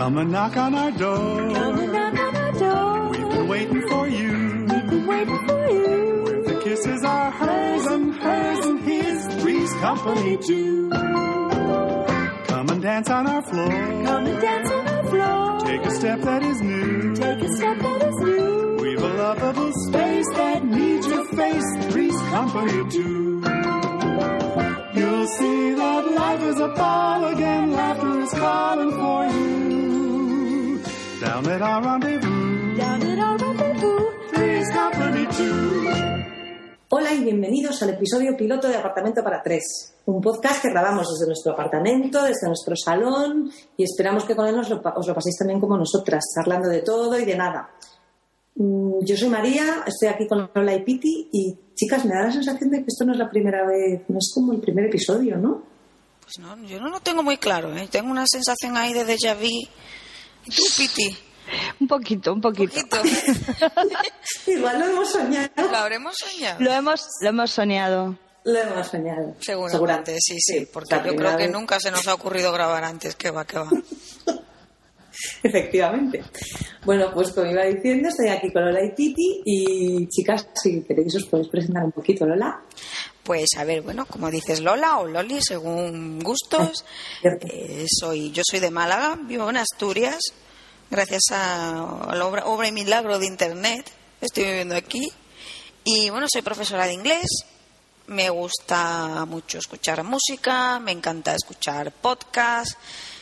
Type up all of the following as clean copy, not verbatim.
Come and knock on our door. Come and knock on our door. We've been waiting for you. We've been waiting for you. The kisses are hers and his. Three's company too. Come and dance on our floor. Come and dance on our floor. Take a step that is new. Take a step that is new. We've a lovable space that needs your face. Three's company too. You'll see that life is a ball again. Laughter is calling for you. Down at our rendezvous. Down at our rendezvous. Three's company too. Hola y bienvenidos al episodio piloto de Apartamento para Tres, un podcast que grabamos desde nuestro apartamento, desde nuestro salón, y esperamos que con él os lo paséis también como nosotras, charlando de todo y de nada. Yo soy María, estoy aquí con Lola y Piti, y chicas, me da la sensación de que esto no es la primera vez, no es como el primer episodio, ¿no? Pues no, yo no lo tengo muy claro, ¿eh? Tengo una sensación ahí de déjà vu. ¿Y tú, Piti? Un poquito. Igual lo hemos soñado. ¿Lo habremos soñado? Lo hemos soñado. Lo hemos soñado. Seguramente, sí, porque yo creo que nunca se nos ha ocurrido grabar antes, que va. Efectivamente. Bueno, pues como iba diciendo, estoy aquí con Lola y Piti, y chicas, si queréis os podéis presentar un poquito, Lola. Pues a ver, bueno, como dices, Lola o Loli, según gustos. Yo soy de Málaga, vivo en Asturias, gracias a la obra y milagro de Internet, estoy viviendo aquí. Y bueno, soy profesora de inglés, me gusta mucho escuchar música, me encanta escuchar podcasts,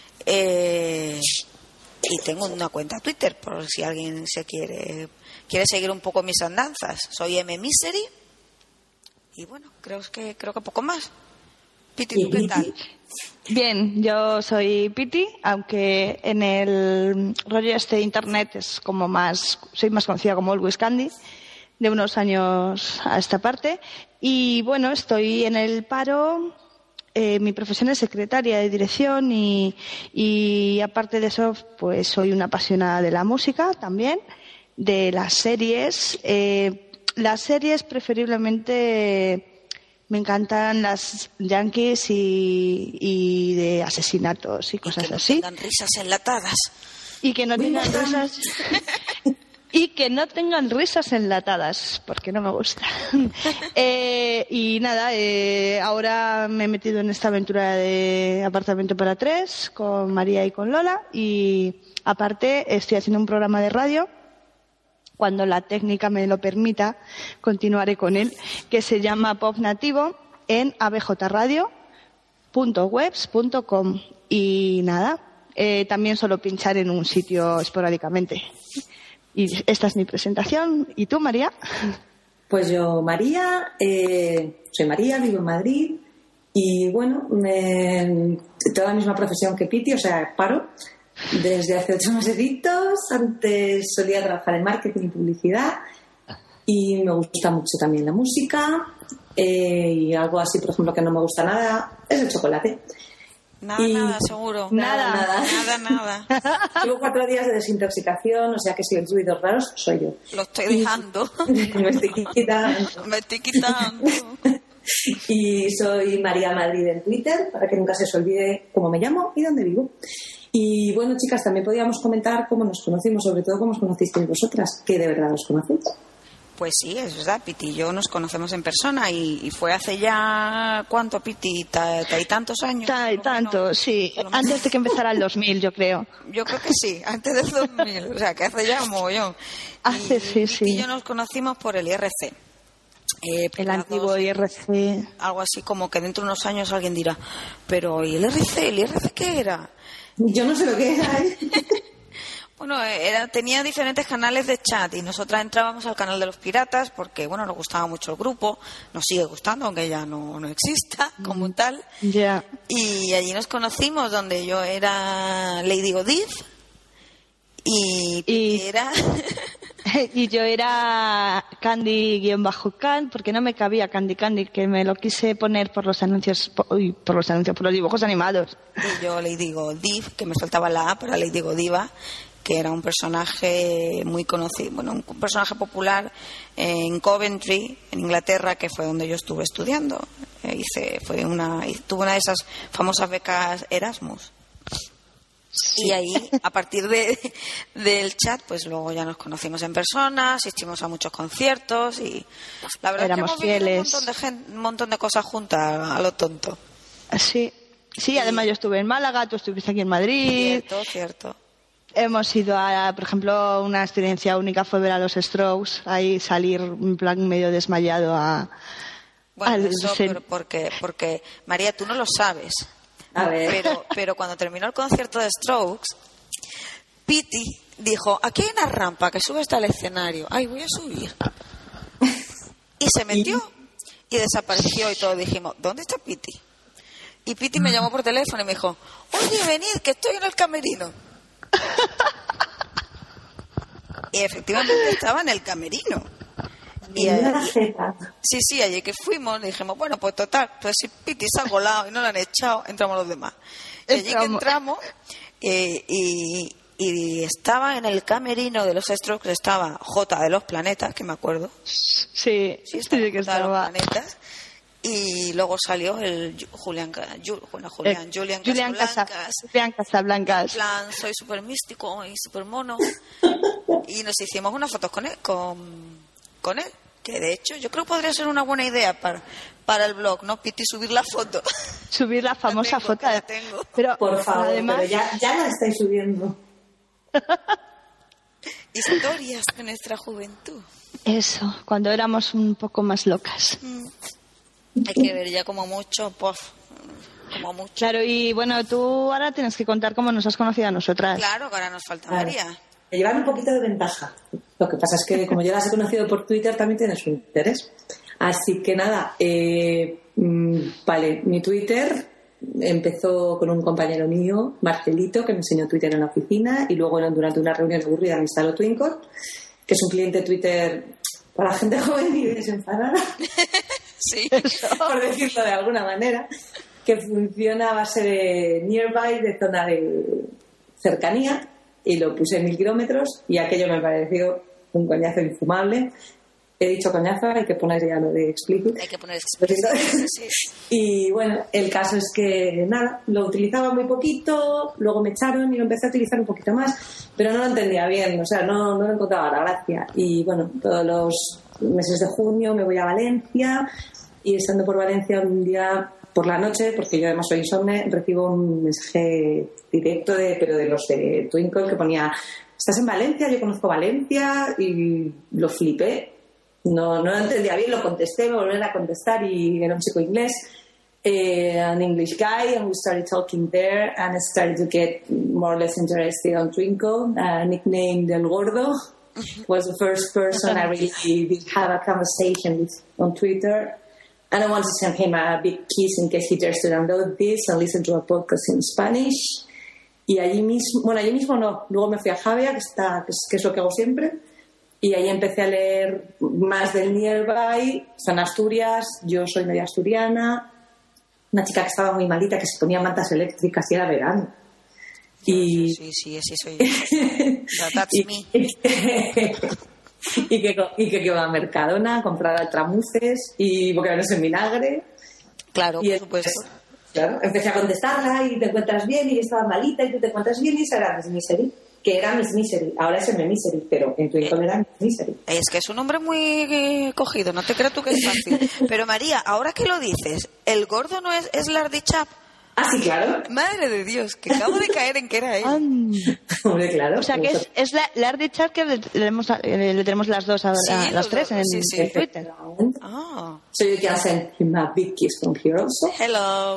y tengo una cuenta Twitter por si alguien se quiere seguir un poco mis andanzas. Soy mmisery y bueno, creo que poco más. Piti, ¿tú qué tal? Bien, yo soy Piti, aunque en el rollo este de Internet soy más conocida como Always Candy, de unos años a esta parte. Y bueno, estoy en el paro. Mi profesión es secretaria de dirección y aparte de eso, pues soy una apasionada de la música también, de las series. Las series preferiblemente me encantan las yankees y de asesinatos y cosas así. Y que no tengan risas enlatadas. Y que no tengan risas... Y que no tengan risas enlatadas, porque no me gusta. Y nada, ahora me he metido en esta aventura de Apartamento para Tres con María y con Lola. Y aparte estoy haciendo un programa de radio, cuando la técnica me lo permita, continuaré con él, que se llama Pop Nativo en abjradio.webs.com. Y nada, también suelo pinchar en un sitio esporádicamente. Y esta es mi presentación. ¿Y tú, María? Pues yo, María, soy María, vivo en Madrid y bueno, tengo la misma profesión que Piti, o sea, paro desde hace 8 mesecitos. Antes solía trabajar en marketing y publicidad y me gusta mucho también la música, y algo así, por ejemplo, que no me gusta nada es el chocolate. Nada, seguro. Nada. Llevo 4 días de desintoxicación, o sea que si el ruidos raros soy yo. Lo estoy dejando. Me estoy quitando. Y soy María Madrid en Twitter, para que nunca se os olvide cómo me llamo y dónde vivo. Y bueno, chicas, también podíamos comentar cómo nos conocimos, sobre todo cómo os conocisteis vosotras, que de verdad os conocéis. Pues sí, es verdad, Piti y yo nos conocemos en persona y fue hace ya, ¿cuánto, Piti? ¿Tantos años? Tanto, sí. Antes de que empezara el 2000, yo creo. Yo creo que sí, antes del 2000, o sea, que hace ya un mogollón. Sí. Piti y yo nos conocimos por el IRC. El antiguo IRC. Algo así como que dentro de unos años alguien dirá, pero ¿y el IRC qué era? Yo no sé lo que era, ¿eh? Bueno, tenía diferentes canales de chat y nosotras entrábamos al canal de los piratas porque, bueno, nos gustaba mucho el grupo, nos sigue gustando, aunque ya no exista como tal. Yeah. Y allí nos conocimos, donde yo era Lady Godiv y era... Y yo era Candy-Can, porque no me cabía Candy, que me lo quise poner por los anuncios, por los dibujos animados. Y yo Lady Godiv, que me faltaba la A para Lady Godiva, que era un personaje muy conocido, bueno, un personaje popular en Coventry, en Inglaterra, que fue donde yo estuve estudiando. Tuve una de esas famosas becas Erasmus. Y ahí, a partir del chat, pues luego ya nos conocimos en persona, asistimos a muchos conciertos y la verdad éramos es que hemos fieles. vivido un montón de cosas juntas a lo tonto. Sí, además yo estuve en Málaga, tú estuviste aquí en Madrid. Cierto. Hemos ido a, por ejemplo, una experiencia única fue ver a los Strokes, ahí salir en plan medio desmayado Bueno, eso porque, María, tú no lo sabes. A ver. Pero cuando terminó el concierto de Strokes, Piti dijo, aquí hay una rampa que sube hasta el escenario. Ay, voy a subir. Y se metió y desapareció y todos dijimos, ¿dónde está Piti? Y Piti me llamó por teléfono y me dijo, oye, venid, que estoy en el camerino. Y efectivamente estaba en el camerino. Y sí, allí que fuimos, le dijimos, bueno, pues total, pues si Piti se ha colado y no lo han echado, entramos los demás. Y allí que entramos, y estaba en el camerino de los Strokes, estaba J de los Planetas, que me acuerdo. Sí, estaba que J de los estaba. Planetas. Y luego salió el Julián Casablancas. En plan, soy súper místico y súper mono. Y nos hicimos unas fotos con él, con él. Que de hecho yo creo que podría ser una buena idea para el blog, ¿no, Piti? Subir la foto. Subir la famosa foto. La tengo. Pero, por favor, además, pero ya la estáis subiendo. Historias de nuestra juventud. Eso, cuando éramos un poco más locas. Hay que ver ya como mucho, como mucho. Claro, y bueno, tú ahora tienes que contar cómo nos has conocido a nosotras. Claro, que ahora nos falta María. Me llevan un poquito de ventaja. Lo que pasa es que como yo las he conocido por Twitter, también tiene su interés. Así que nada, vale, mi Twitter empezó con un compañero mío, Marcelito, que me enseñó Twitter en la oficina, y luego durante una reunión aburrida me instaló Twinkle, que es un cliente Twitter para gente joven y desenfadada. Sí, por decirlo de alguna manera, que funciona a base de nearby, de zona de cercanía, y lo puse en 1000 kilómetros y aquello me pareció un coñazo infumable. He dicho coñazo, hay que poner ya lo de explícito. Hay que poner explícito, sí. Y bueno, el caso es que nada, lo utilizaba muy poquito, luego me echaron y lo empecé a utilizar un poquito más, pero no lo entendía bien, o sea, no lo encontraba la gracia. Y bueno, todos los meses de junio me voy a Valencia y estando por Valencia un día por la noche, porque yo además soy insomne, recibo un mensaje directo pero de los de Twinkle que ponía, ¿estás en Valencia? Yo conozco Valencia, y lo flipé. No lo entendía bien, lo contesté, me volví a contestar y era un chico inglés, an English guy, and we started talking there and I started to get more or less interested on Twinkle, nicknamed El Gordo. Was the first person I really did have a conversation with on Twitter. And I want to send him a big kiss in case he dares to download this and listen to a podcast in Spanish. Y allí mismo no. Luego me fui a Javia, que es lo que hago siempre. Y ahí empecé a leer más del Nearby. Está en Asturias, yo soy media asturiana. Una chica que estaba muy malita, que se ponía mantas eléctricas y era verano. Y... Sí, así soy yo. That's me. y que iba a Mercadona a comprar altramuces y bocabeles en vinagre. Claro, por supuesto. Claro, empecé a contestarla y te encuentras bien, y estaba malita y tú te encuentras bien, y esa era Miss Misery, que era Miss Misery, ahora es M Misery, pero en Twitter era Miss Misery. Es que es un nombre muy cogido, no te creas tú que es fácil. Pero María, ahora que lo dices, ¿el gordo no es Lardy Chap? Ah, sí, claro. Madre de Dios, que acabo de caer en que era él. Hombre, claro. O sea, que es Lardy Chap, que le tenemos las dos, las tres en Twitter. Ah. So you can send him a big kiss from here also. Hello.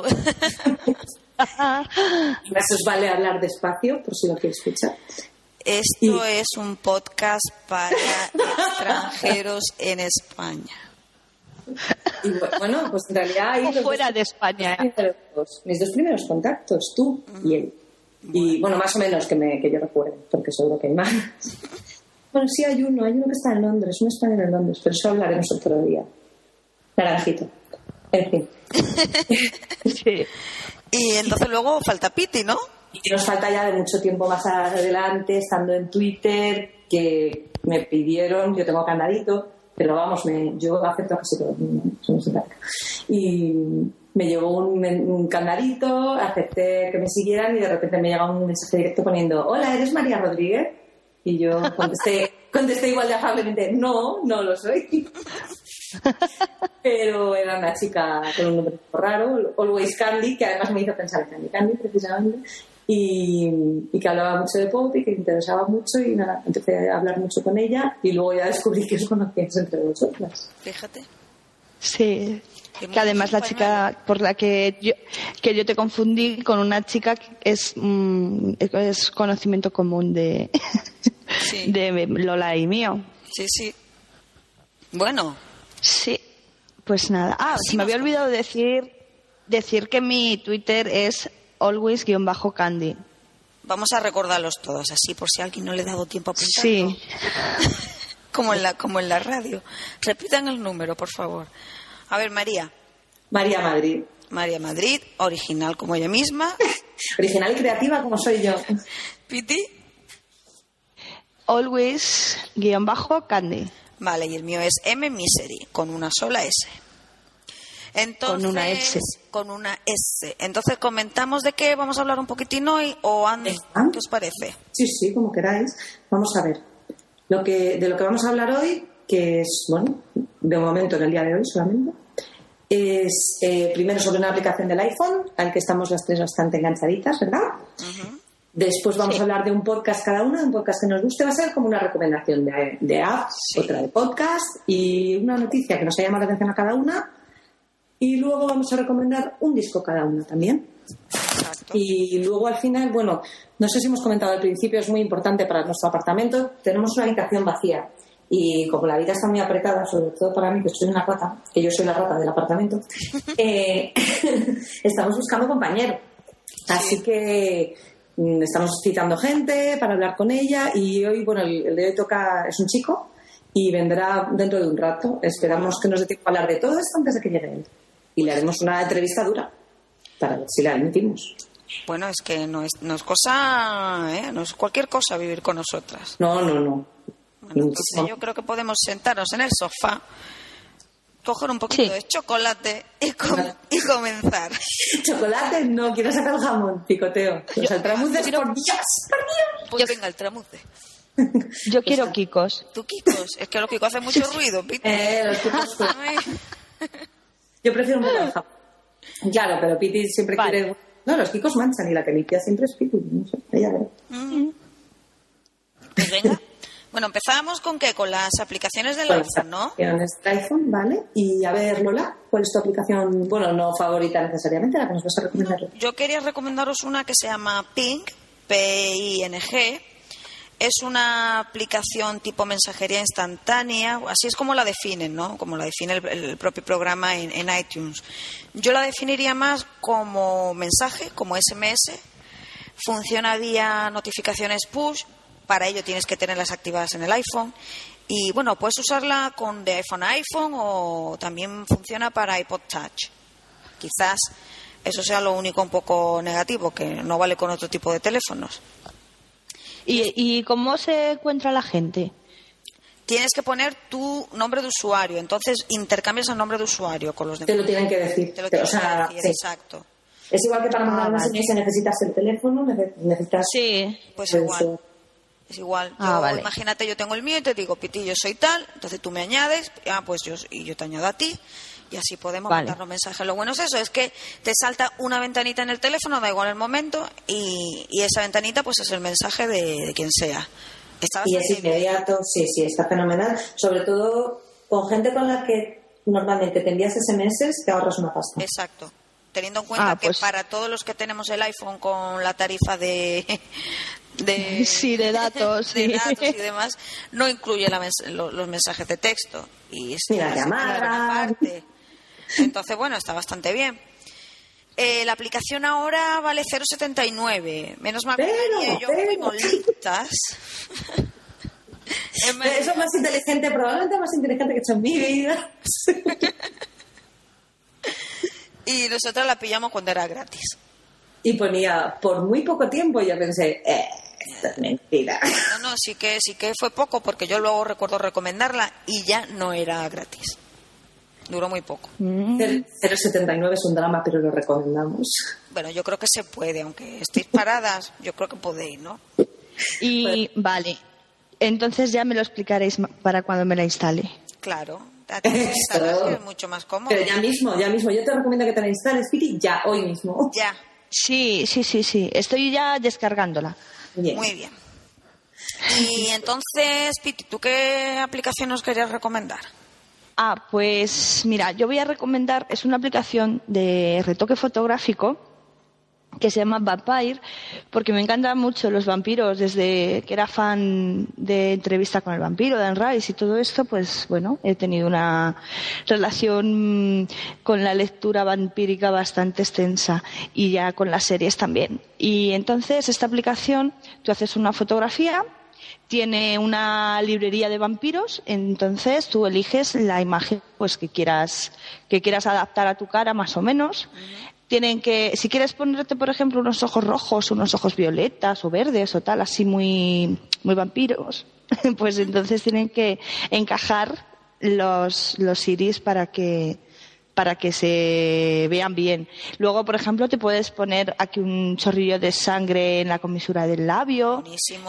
Eso os vale hablar despacio, por si lo quieres escuchar. Esto es un podcast para extranjeros en España. Y bueno, pues en realidad ahí fuera de España. Mis dos primeros contactos, tú y él. Y bueno, más o menos que yo recuerde, porque seguro que hay más. Bueno, sí, hay uno que está en Londres, un español en Londres, pero eso hablaremos otro día. Naranjito. En fin. Sí. Y entonces luego falta Piti, ¿no? Y nos falta ya de mucho tiempo más adelante, estando en Twitter, que me pidieron, yo tengo candadito, pero vamos, yo acepto casi todo, soy muy simpática. Y me llegó un candadito, acepté que me siguieran y de repente me llega un mensaje directo poniendo: hola, ¿eres María Rodríguez? Y yo contesté igual de afablemente: no lo soy. Pero era una chica con un nombre raro, Always Candy, que además me hizo pensar en Candy precisamente, y que hablaba mucho de pop y que me interesaba mucho, y nada, empecé a hablar mucho con ella y luego ya descubrí que os conocíais entre vosotras. Fíjate. Sí, que además la chica por la que yo te confundí con una chica que es conocimiento común de, Sí. de Lola y mío. Sí. Bueno. Sí, pues nada. Sí, se me había olvidado decir que mi Twitter es always_candy. Vamos a recordarlos todos, así por si a alguien no le ha dado tiempo a apuntarlo. Sí. como en la radio. Repitan el número, por favor. A ver, María. María Madrid. María Madrid, original como ella misma. Original y creativa como soy yo. Piti. Always_candy. Vale, y el mío es M Misery, con una sola S. Entonces, Con una S. Con una S. Entonces, ¿comentamos de qué vamos a hablar un poquitín hoy? ¿O qué os parece? Sí, como queráis. Vamos a ver. De lo que vamos a hablar hoy, que es, bueno, de momento en el día de hoy solamente, es primero sobre una aplicación del iPhone, al que estamos las tres bastante enganchaditas, ¿verdad? Uh-huh. Después vamos a hablar de un podcast cada una, un podcast que nos guste, va a ser como una recomendación de app, otra de podcast, y una noticia que nos ha llamado la atención a cada una, y luego vamos a recomendar un disco cada una también. Exacto. Y luego al final, bueno, no sé si hemos comentado al principio, es muy importante para nuestro apartamento, tenemos una habitación vacía, y como la vida está muy apretada, sobre todo para mí, que soy una rata, que yo soy la rata del apartamento, estamos buscando compañero. Así que estamos citando gente para hablar con ella, y hoy, bueno, el de hoy es un chico y vendrá dentro de un rato. Esperamos que nos dé tiempo a hablar de todo esto antes de que llegue él. Y le haremos una entrevista dura para ver si la emitimos. Bueno, es que no es cosa, no es cualquier cosa vivir con nosotras. No. Bueno, entonces yo creo que podemos sentarnos en el sofá, coger un poquito de chocolate y comenzar. Chocolate, no, quiero sacar el jamón, picoteo. Los altramuces por Dios. Pues venga, el tramuce. Yo quiero Kikos. ¿Tú Kikos? Es que los Kikos hacen mucho ruido, Piti. Los Kikos. Yo prefiero un poco de jamón. Claro, pero Piti siempre quiere... No, los Kikos manchan y la que limpia siempre es Piti. No sé, ella verá. Pues venga. Bueno, empezamos con ¿qué? Con las aplicaciones del iPhone, ¿no? Aplicaciones del iPhone, ¿vale? Y a ver, Lola, ¿cuál es tu aplicación? Bueno, no favorita necesariamente, la que nos vas a recomendar. No, yo quería recomendaros una que se llama Ping, P-I-N-G. Es una aplicación tipo mensajería instantánea, así es como la definen, ¿no? Como la define el propio programa en iTunes. Yo la definiría más como mensaje, como SMS. Funciona vía notificaciones push. Para ello tienes que tenerlas activadas en el iPhone. Y bueno, puedes usarla de iPhone a iPhone, o también funciona para iPod Touch. Quizás eso sea lo único un poco negativo, que no vale con otro tipo de teléfonos. ¿Y cómo se encuentra la gente? Tienes que poner tu nombre de usuario. Entonces intercambias el nombre de usuario con los demás. Te lo tienen que decir. Te lo tienen que decir, sí. Exacto. Es igual que para mandar un SMS necesitas el teléfono, necesitas... Sí. Pues igual. Es igual. Vale. Imagínate, yo tengo el mío y te digo, Piti, yo soy tal, entonces tú me añades, pues yo te añado a ti, y así podemos mandarnos mensajes. Lo bueno es eso, es que te salta una ventanita en el teléfono, da igual el momento, y esa ventanita pues es el mensaje de quien sea. Y es inmediato, sí, está fenomenal. Sobre todo con gente con la que normalmente te envías SMS, te ahorras una pasta. Exacto. Teniendo en cuenta que para todos los que tenemos el iPhone con la tarifa de datos, de datos y demás, no incluye los mensajes de texto. Y es ni la llamada. Entonces, bueno, está bastante bien. La aplicación ahora vale 0,79. Menos mal que yo fuimos listas. Eso es más inteligente, probablemente más inteligente que he hecho en mi vida. Y nosotros la pillamos cuando era gratis. Y ponía por muy poco tiempo, y yo pensé, Esto es mentira. No, sí que fue poco, porque yo luego recuerdo recomendarla y ya no era gratis. Duró muy poco. 0,79 es un drama, pero lo recomendamos. Bueno, yo creo que se puede, aunque estéis paradas, yo creo que podéis, ¿no? Y vale, entonces ya me lo explicaréis para cuando me la instale. Claro, es mucho más cómodo. Pero ya mismo, yo te recomiendo que te la instales, Piti, ya, hoy mismo. Ya. Sí, estoy ya descargándola. Bien. Muy bien. Y entonces, Piti, ¿tú qué aplicación nos querías recomendar? Pues mira, yo voy a recomendar, es una aplicación de retoque fotográfico que se llama Vampire, porque me encantan mucho los vampiros. Desde que era fan de Entrevista con el vampiro, de Anne Rice y todo esto, pues bueno, he tenido una relación con la lectura vampírica bastante extensa, y ya con las series también. Y entonces esta aplicación, tú haces una fotografía, tiene una librería de vampiros, entonces tú eliges la imagen pues que quieras adaptar a tu cara, más o menos. Tienen que, si quieres ponerte, por ejemplo, unos ojos rojos, unos ojos violetas o verdes o tal, así muy vampiros, pues entonces tienen que encajar los iris para que se vean bien. Luego, por ejemplo, te puedes poner aquí un chorrillo de sangre en la comisura del labio. Buenísimo.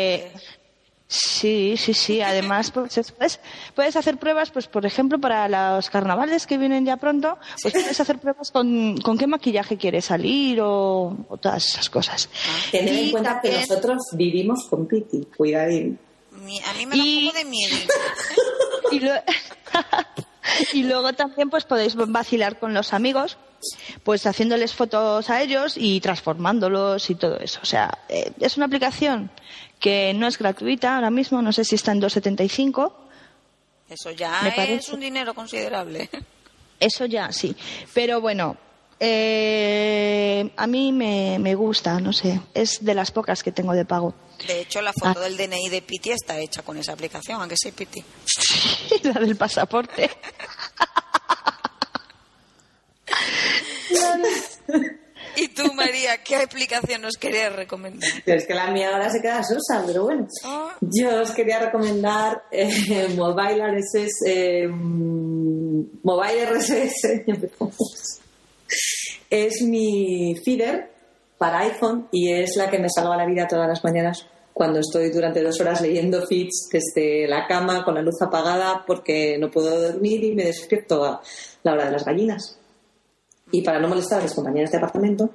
Sí. Además, pues, puedes hacer pruebas, pues por ejemplo, para los carnavales que vienen ya pronto, pues puedes hacer pruebas con qué maquillaje quieres salir o todas esas cosas. Tened en cuenta también que nosotros vivimos con Piti, cuidadín. A mí me da un poco de miedo. Y luego también pues podéis vacilar con los amigos, pues haciéndoles fotos a ellos y transformándolos y todo eso. O sea, es una aplicación que no es gratuita ahora mismo, no sé si está en 2,75. Eso ya es un dinero considerable. Eso ya, sí. Pero bueno, a mí me gusta, no sé, es de las pocas que tengo de pago. De hecho, la foto del DNI de Piti está hecha con esa aplicación, aunque sí, Piti. La del pasaporte. ¿Y tú, María, qué aplicación nos querías recomendar? Es que la mía ahora se queda sosa, pero bueno. Yo os quería recomendar Mobile RSS. Es mi feeder para iPhone y es la que me salva la vida todas las mañanas cuando estoy durante 2 horas leyendo feeds desde la cama con la luz apagada porque no puedo dormir y me despierto a la hora de las gallinas. Y para no molestar a mis compañeros de apartamento,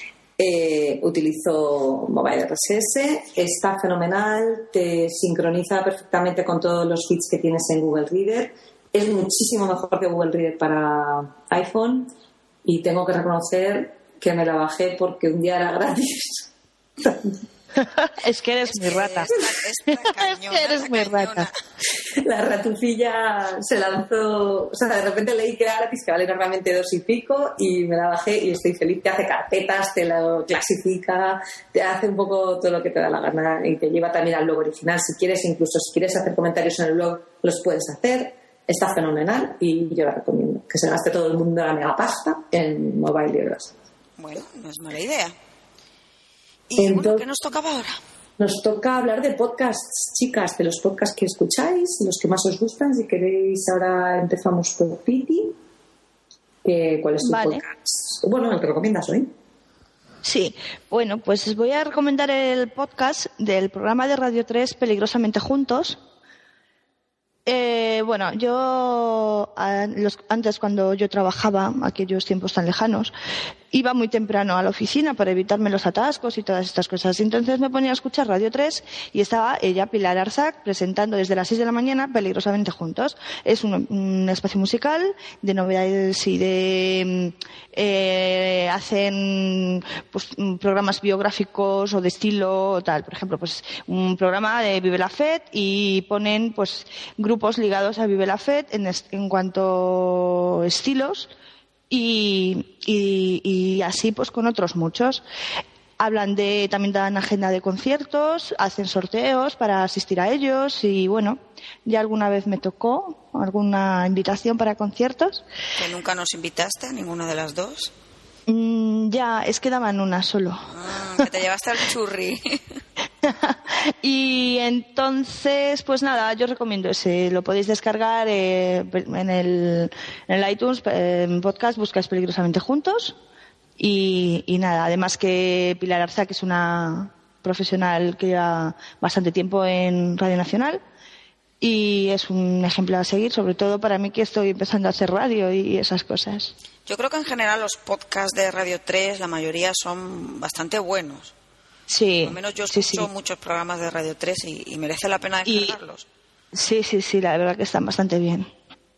utilizo Mobile RSS. Está fenomenal, te sincroniza perfectamente con todos los feeds que tienes en Google Reader. Es muchísimo mejor que Google Reader para iPhone y tengo que reconocer que me la bajé porque un día era gratis. Es que eres muy rata. Es que eres muy rata. La ratufilla se lanzó, o sea, de repente leí que era gratis, que vale normalmente 2 y pico, y me la bajé y estoy feliz. Te hace carpetas, te lo clasifica, te hace un poco todo lo que te da la gana y te lleva también al blog original. Si quieres, incluso si quieres hacer comentarios en el blog, los puedes hacer. Está fenomenal y yo la recomiendo. Que se gaste todo el mundo la mega pasta en Mobile RSS. Bueno, no es mala idea. Y entonces, bueno, ¿qué nos tocaba ahora? Nos toca hablar de podcasts, chicas, de los podcasts que escucháis, los que más os gustan. Si queréis, ahora empezamos por Piti. ¿Cuál es tu podcast? Bueno, el que recomiendas hoy. Sí, bueno, pues os voy a recomendar el podcast del programa de Radio 3 Peligrosamente Juntos. Bueno, yo antes, cuando yo trabajaba, aquellos tiempos tan lejanos, iba muy temprano a la oficina para evitarme los atascos y todas estas cosas. Entonces me ponía a escuchar Radio 3 y estaba ella, Pilar Arzac, presentando desde las 6 de la mañana Peligrosamente Juntos. Es un espacio musical de novedades y de hacen pues programas biográficos o de estilo o tal. Por ejemplo, pues un programa de Vive la Fet y ponen pues grupos ligados a Vive la Fet en cuanto a estilos. Y así pues con otros muchos. También dan agenda de conciertos, hacen sorteos para asistir a ellos y bueno, ya alguna vez me tocó alguna invitación para conciertos. ¿Que nunca nos invitaste a ninguna de las dos? Ya, es que daban una solo. Que te llevaste al churri. Y entonces, pues nada, yo recomiendo ese. Lo podéis descargar en el iTunes, en podcast, buscáis Peligrosamente Juntos. Y nada, además que Pilar Arza, que es una profesional que lleva bastante tiempo en Radio Nacional, y es un ejemplo a seguir, sobre todo para mí que estoy empezando a hacer radio y esas cosas. Yo creo que en general los podcasts de Radio 3, la mayoría son bastante buenos. Sí. Por lo menos yo escucho muchos programas de Radio 3 y merece la pena descargarlos. Sí, la verdad que están bastante bien.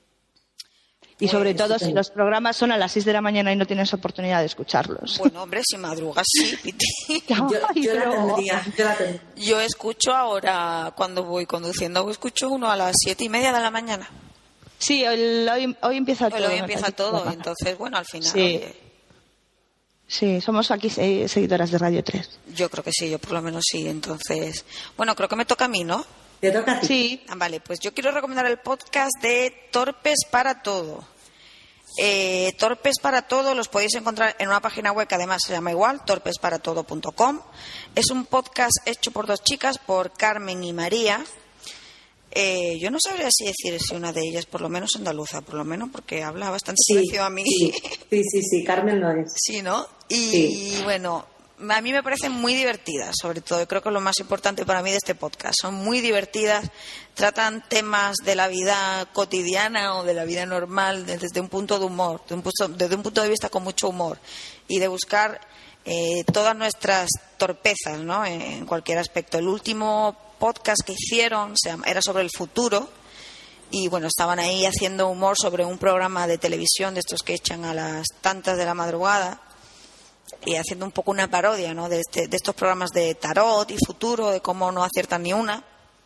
Y Pues, sobre todo sí. si los programas son a las 6 de la mañana y no tienes oportunidad de escucharlos. Bueno, hombre, si madrugas, sí, Piti. Ay, Yo la pero- tendría. Yo escucho ahora, cuando voy conduciendo, escucho uno a las 7:30 de la mañana. Sí, hoy empieza todo. Hoy me empieza parece. todo, entonces, bueno, al final... Sí. oye, Sí, somos aquí seguidoras de Radio 3. yo creo que sí, yo por lo menos sí, entonces... Bueno, creo que me toca a mí, ¿no? Te toca a ti. Sí, Vale, pues yo quiero recomendar el podcast de Torpes para Todo. Torpes para Todo los podéis encontrar en una página web que además se llama igual, torpesparatodo.com. Es un podcast hecho por dos chicas, por Carmen y María. Yo no sabría si decir si una de ellas, por lo menos andaluza, por lo menos porque habla bastante parecido a mí. Sí, Carmen lo es. Sí, ¿no? Y Sí. bueno, a mí me parecen muy divertidas, sobre todo. Yo creo que es lo más importante para mí de este podcast. Son muy divertidas, tratan temas de la vida cotidiana o de la vida normal desde un punto de humor, desde un punto de vista con mucho humor y de buscar todas nuestras torpezas, ¿no? En cualquier aspecto. El último podcast que hicieron era sobre el futuro. Y bueno, estaban ahí haciendo humor sobre un programa de televisión de estos que echan a las tantas de la madrugada y haciendo un poco una parodia, ¿no? de estos programas de tarot y futuro, de cómo no aciertan ni una.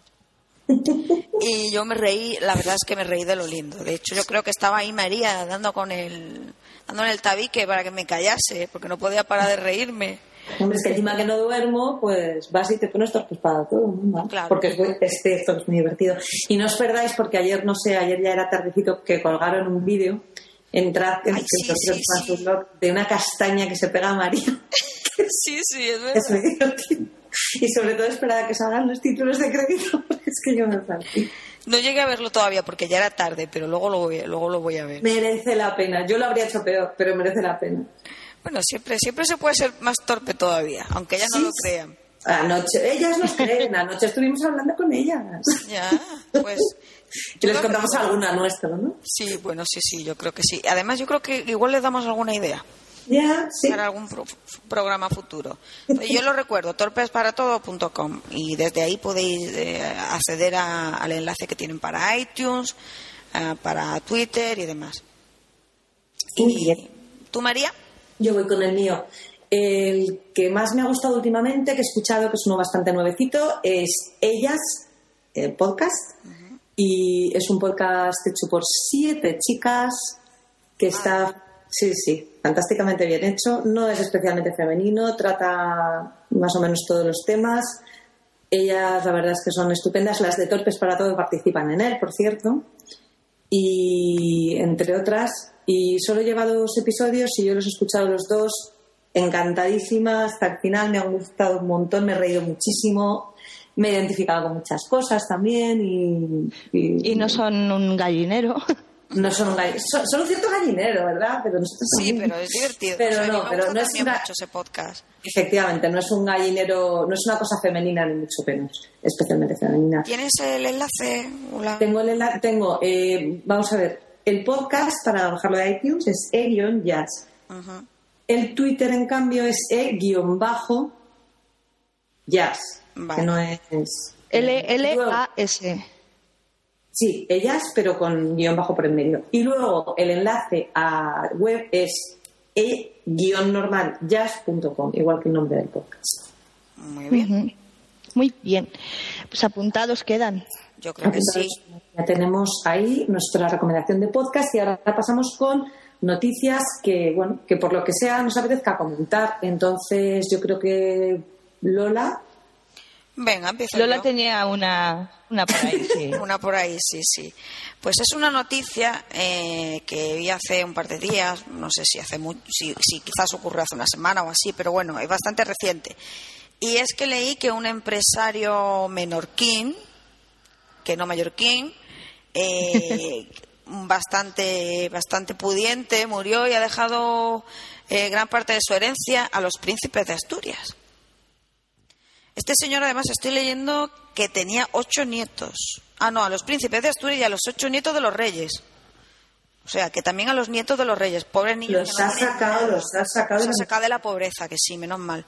Y yo me reí, la verdad es que me reí de lo lindo. De hecho, yo creo que estaba ahí María dándole el tabique para que me callase, porque no podía parar de reírme. Hombre, es que encima que no duermo, pues vas y te pones Torpes para Todo, ¿no? Claro. Porque esto es muy divertido. Y no os perdáis, porque ayer ya era tardecito, que colgaron un vídeo sí. de una castaña que se pega a María. Sí, es verdad. Es muy divertido. Y sobre todo esperar a que salgan los títulos de crédito, porque es que yo me partí. No llegué a verlo todavía porque ya era tarde, pero luego lo voy a ver. Merece la pena. Yo lo habría hecho peor, pero merece la pena. Bueno, siempre se puede ser más torpe todavía, aunque ellas no lo crean. Anoche, ellas nos creen, anoche estuvimos hablando con ellas. Ya, pues... Y les contamos alguna nuestra, ¿no? Sí, bueno, sí, yo creo que sí. Además, yo creo que igual les damos alguna idea Ya, sí. para algún programa futuro. Yo lo recuerdo, torpesparatodo.com, y desde ahí podéis acceder al enlace que tienen para iTunes, para Twitter y demás. Muy ¿Y bien. tú, María? Yo voy con el mío. El que más me ha gustado últimamente, que he escuchado, que es uno bastante nuevecito, es Ellas, el podcast. Y es un podcast hecho por 7 chicas que está, sí, fantásticamente bien hecho. No es especialmente femenino, trata más o menos todos los temas. Ellas, la verdad es que son estupendas. Las de Torpes para Todo participan en él, por cierto. Y entre otras. Y solo lleva 2 episodios y yo los he escuchado los 2. Encantadísima hasta el final. Me han gustado un montón, me he reído muchísimo. Me he identificado con muchas cosas también y no son un gallinero. No son un gallinero, son un cierto gallinero, ¿verdad? Pero nosotros Sí, también. pero es divertido. Pero a mí no, me pero gusta no es también una... mucho ese podcast. Efectivamente, no es un gallinero, no es una cosa femenina ni mucho menos, especialmente femenina. ¿Tienes el enlace? Hola. Tengo, vamos a ver, el podcast para bajarlo de iTunes es e-jazz. Ujú. El Twitter, en cambio, es e-jazz. Vale. Que no es... LLAS. Sí, ellas, pero con guión bajo por en medio. Y luego el enlace a web es e-normaljazz.com, igual que el nombre del podcast. Muy bien. Ujú. Muy bien. Pues apuntados quedan. Yo creo que sí. Ya tenemos ahí nuestra recomendación de podcast y ahora pasamos con noticias que, bueno, que por lo que sea nos apetezca comentar. Entonces yo creo que Lola... Venga, empiezo Lola yo. tenía una por ahí, sí. Una por ahí, sí. Pues es una noticia que vi hace un par de días, no sé si hace mucho, si quizás ocurrió hace una semana o así, pero bueno, es bastante reciente. Y es que leí que un empresario menorquín, que no mallorquín, bastante pudiente, murió y ha dejado gran parte de su herencia a los príncipes de Asturias. Este señor, además, estoy leyendo que tenía 8 nietos. A los príncipes de Asturias y a los 8 nietos de los reyes. O sea, que también a los nietos de los reyes. Pobres niños. Los ha sacado de la pobreza, que sí, menos mal.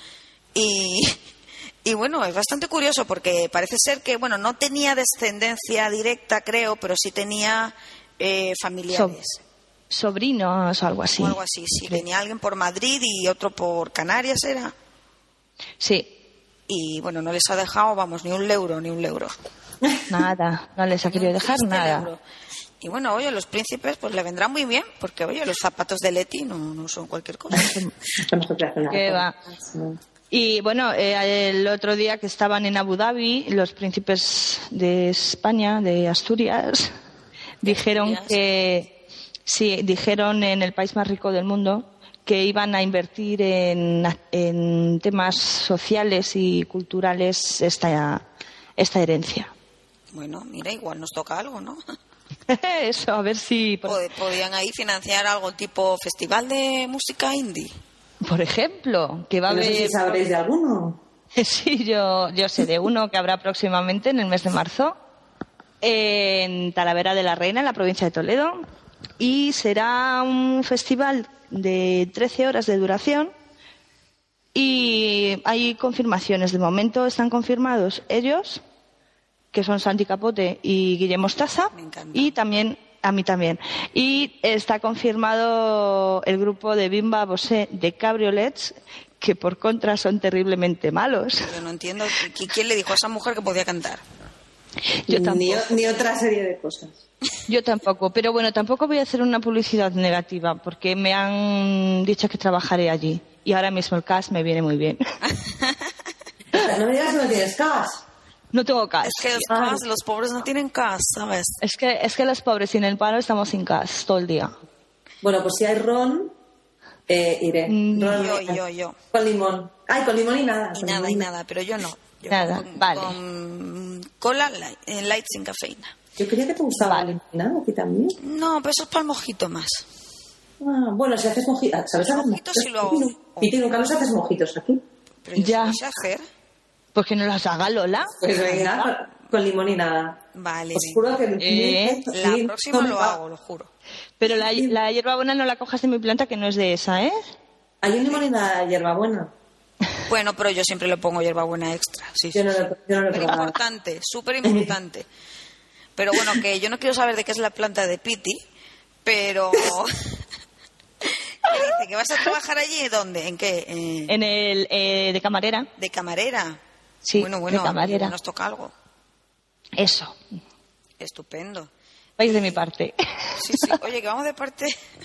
Y bueno, es bastante curioso porque parece ser que, bueno, no tenía descendencia directa, creo, pero sí tenía familiares. Sobrinos o algo así. O algo así, sí. Tenía alguien por Madrid y otro por Canarias, ¿era? Sí. Y bueno, no les ha dejado, vamos, ni un euro. Nada, no les ha querido dejar nada. Euro. Y bueno, oye, los príncipes pues le vendrán muy bien, porque oye, los zapatos de Leti no son cualquier cosa. ¿Qué va? Y bueno, el otro día que estaban en Abu Dhabi, los príncipes de España, de Asturias, dijeron en el país más rico del mundo que iban a invertir en temas sociales y culturales esta herencia. Bueno, mira, igual nos toca algo, ¿no? Eso, a ver si... Podían ahí financiar algo tipo festival de música indie. Por ejemplo, que va a haber... No sé si sabréis de alguno. Sí, yo sé de uno que habrá próximamente en el mes de marzo en Talavera de la Reina, en la provincia de Toledo, y será un festival de 13 horas de duración y hay confirmaciones. De momento están confirmados ellos, que son Santi Capote y Guillermo Mostaza, y también a mí también. Y está confirmado el grupo de Bimba Bosé de Cabriolets, que por contra son terriblemente malos. Yo no entiendo quién le dijo a esa mujer que podía cantar. Yo tampoco. Ni otra serie de cosas. Yo tampoco, pero bueno, tampoco voy a hacer una publicidad negativa porque me han dicho que trabajaré allí y ahora mismo el cash me viene muy bien. No me digas que no tienes cash. No tengo cash. Es que los pobres no tienen cash, ¿sabes? Es que los pobres sin el paro estamos sin cash todo el día. Bueno, pues si hay ron, iré. Yo. Con limón. Ay, con limón y nada. Y nada, pero yo no. Nada, vale. Con cola light sin cafeína. Yo quería que te gustaba la limonada aquí también. No, pero eso es para el mojito más. Ah, bueno, si haces mojitos, ¿sabes? Mojitos sí lo hago. Y nunca nos haces mojitos aquí. Pero yo ya. sé hacer. Pues que no las haga Lola. Pues venga, con limón y nada. Vale. Os juro que la próxima lo hago, lo juro. Pero la hierbabuena no la cojas de mi planta, que no es de esa, ¿eh? Hay un limón y nada de hierbabuena. Bueno, pero yo siempre le pongo hierbabuena extra. Sí, yo no lo súper importante, súper importante. Pero bueno, que yo no quiero saber de qué es la planta de Piti, pero... ¿Qué dice? ¿Que vas a trabajar allí? ¿Dónde? ¿En qué? En el de camarera. ¿De camarera? Sí, bueno, de camarera. Nos toca algo. Eso. Estupendo. Vais de mi parte. Sí. Oye, que vamos de parte.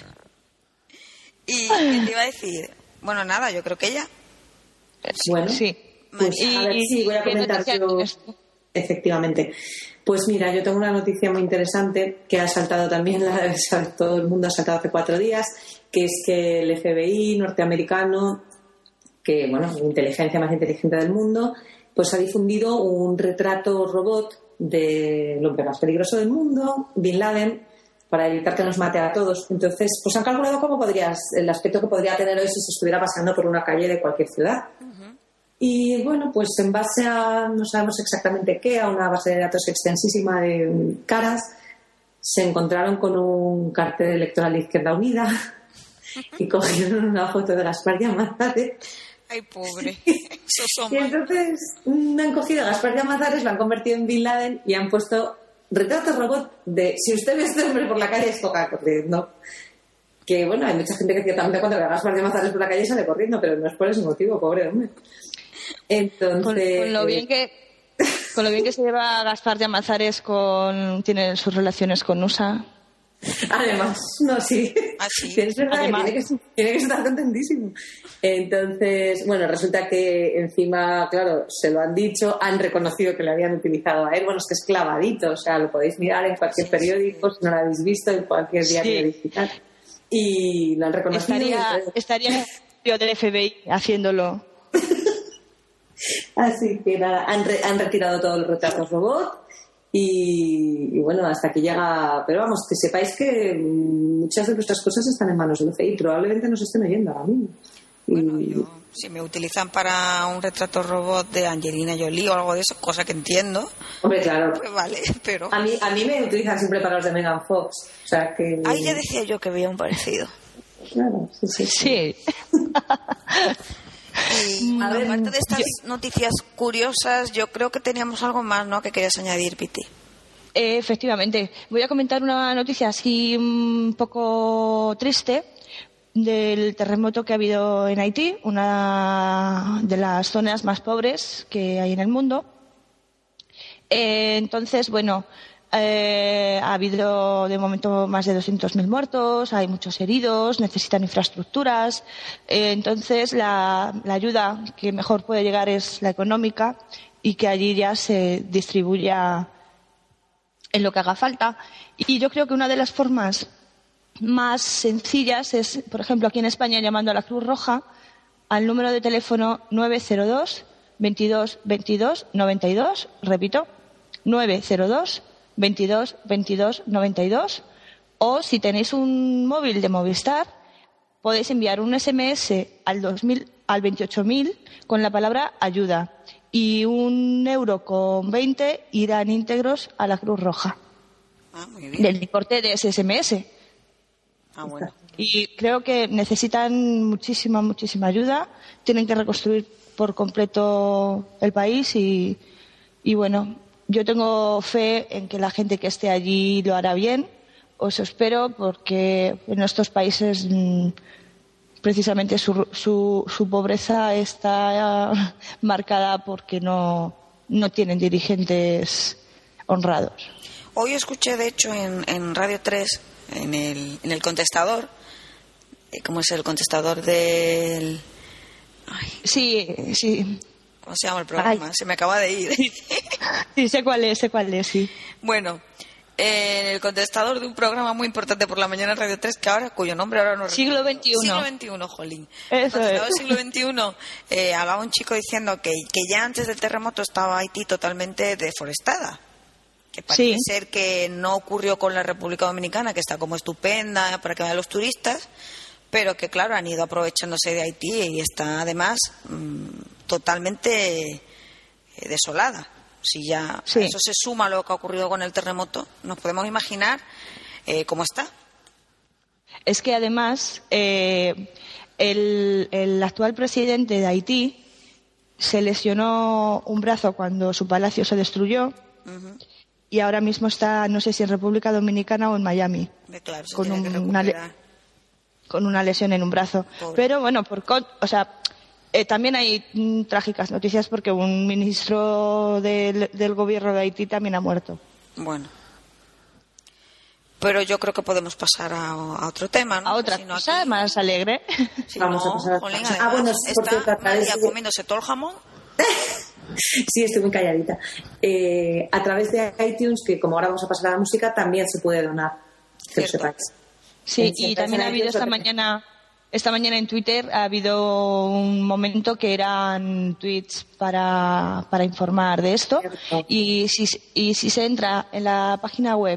¿Y qué te iba a decir? Bueno, nada, yo creo que ya. Bueno, sí. Pues, a ver, sí, voy a comentar yo. Efectivamente. Pues mira, yo tengo una noticia muy interesante que ha saltado también, todo el mundo ha saltado hace 4 días, que es que el FBI norteamericano, que bueno, la inteligencia más inteligente del mundo, pues ha difundido un retrato robot del hombre más peligroso del mundo, Bin Laden, para evitar que nos mate a todos. Entonces, pues han calculado el aspecto que podría tener hoy si se estuviera pasando por una calle de cualquier ciudad. Y bueno, pues en base a, no sabemos exactamente qué, a una base de datos extensísima de caras, se encontraron con un cartel electoral de Izquierda Unida y cogieron una foto de Gaspar Llamazares. Ay, pobre. Y entonces han cogido a Gaspar Llamazares, lo han convertido en Bin Laden y han puesto retrato robot de si usted ve a este hombre por la calle es poca corriendo. Que bueno, hay mucha gente que ciertamente cuando ve a Gaspar Llamazares por la calle sale corriendo, pero no es por ese motivo, pobre hombre. Entonces, con lo bien que se lleva Gaspar Llamazares tiene sus relaciones con USA. Además, no, sí. ¿Ah, sí? Es verdad, Además, tiene que estar contentísimo. Entonces, bueno, resulta que encima, claro, se lo han dicho, han reconocido que le habían utilizado a él. Bueno, es que es clavadito, o sea, lo podéis mirar en cualquier periódico, si no lo habéis visto, en cualquier diario digital. Y lo han reconocido. Estaría el del FBI haciéndolo. Así que nada, han retirado todos los retratos robot y bueno, hasta que llega... Pero vamos, que sepáis que muchas de vuestras cosas están en manos de UCI y probablemente nos estén oyendo ahora mismo. Bueno, si me utilizan para un retrato robot de Angelina Jolie o algo de eso, cosa que entiendo. Hombre, claro. Pues vale, pero... A mí me utilizan siempre para los de Megan Fox. O sea que... Ahí ya decía yo que veía un parecido. Claro, sí. Sí. Y aparte de estas noticias curiosas, yo creo que teníamos algo más, ¿no?, que querías añadir, Piti. Efectivamente. Voy a comentar una noticia así un poco triste del terremoto que ha habido en Haití, una de las zonas más pobres que hay en el mundo. Entonces, bueno, ha habido de momento más de 200.000 muertos, hay muchos heridos, necesitan infraestructuras. Entonces, la ayuda que mejor puede llegar es la económica y que allí ya se distribuya en lo que haga falta. Y yo creo que una de las formas más sencillas es, por ejemplo, aquí en España, llamando a la Cruz Roja al número de teléfono 902 22 22 92, repito, 902 22 22 92, o si tenéis un móvil de Movistar podéis enviar un SMS al 28.000 con la palabra ayuda y 1,20 € irán íntegros a la Cruz Roja. Muy bien. Del importe de ese SMS. Bueno. Y creo que necesitan muchísima ayuda, tienen que reconstruir por completo el país y bueno, yo tengo fe en que la gente que esté allí lo hará bien, os espero, porque en estos países precisamente su pobreza está marcada porque no tienen dirigentes honrados. Hoy escuché, de hecho, en Radio 3, en el contestador, ¿cómo es el contestador del...? Ay. Sí. ¿Cómo se llama el programa? Se me acaba de ir. Sí, sé cuál es, sí. Bueno, en el contestador de un programa muy importante por la mañana en Radio 3, cuyo nombre ahora no Siglo recuerdo. XXI. Siglo XXI, jolín. Eso es. El siglo XXI, hablaba un chico diciendo que ya antes del terremoto estaba Haití totalmente deforestada. Que parece ser que no ocurrió con la República Dominicana, que está como estupenda para que vayan los turistas, pero que, claro, han ido aprovechándose de Haití y está, además, totalmente desolada. Si ya a eso se suma lo que ha ocurrido con el terremoto, nos podemos imaginar cómo está. Es que, además, el actual presidente de Haití se lesionó un brazo cuando su palacio se destruyó. Uh-huh. Y ahora mismo está, no sé si en República Dominicana o en Miami, claro, con una lesión en un brazo. Pobre. Pero bueno, también hay trágicas noticias porque un ministro del gobierno de Haití también ha muerto. Bueno. Pero yo creo que podemos pasar a otro tema, ¿no? A otra cosa aquí... más alegre. Si vamos a pasar. Jolín, está María comiéndose todo el jamón. Sí, estoy muy calladita. A través de iTunes, que como ahora vamos a pasar a la música, también se puede donar. Que lo sepáis. Sí, y también ha habido esta mañana en Twitter ha habido un momento que eran tweets para informar de esto. Y si se entra en la página web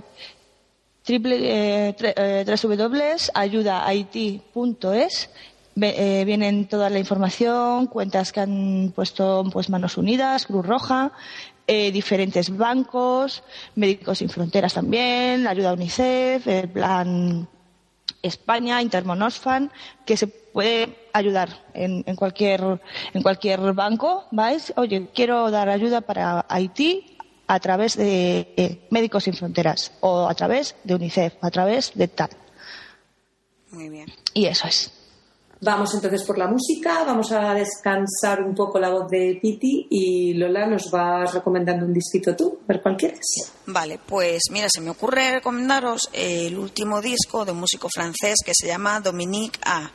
www.ayudahaití.es, vienen toda la información, cuentas que han puesto pues Manos Unidas, Cruz Roja, diferentes bancos, Médicos Sin Fronteras también, la ayuda UNICEF, el Plan España, Intermonosfan, que se puede ayudar en cualquier banco. ¿Vais? Oye, quiero dar ayuda para Haití a través de Médicos Sin Fronteras o a través de UNICEF, a través de tal. Muy bien. Y eso es. Vamos entonces por la música, vamos a descansar un poco la voz de Piti y Lola nos vas recomendando un disquito tú, a ver cuál quieres. Vale, pues mira, se me ocurre recomendaros el último disco de un músico francés que se llama Dominique A.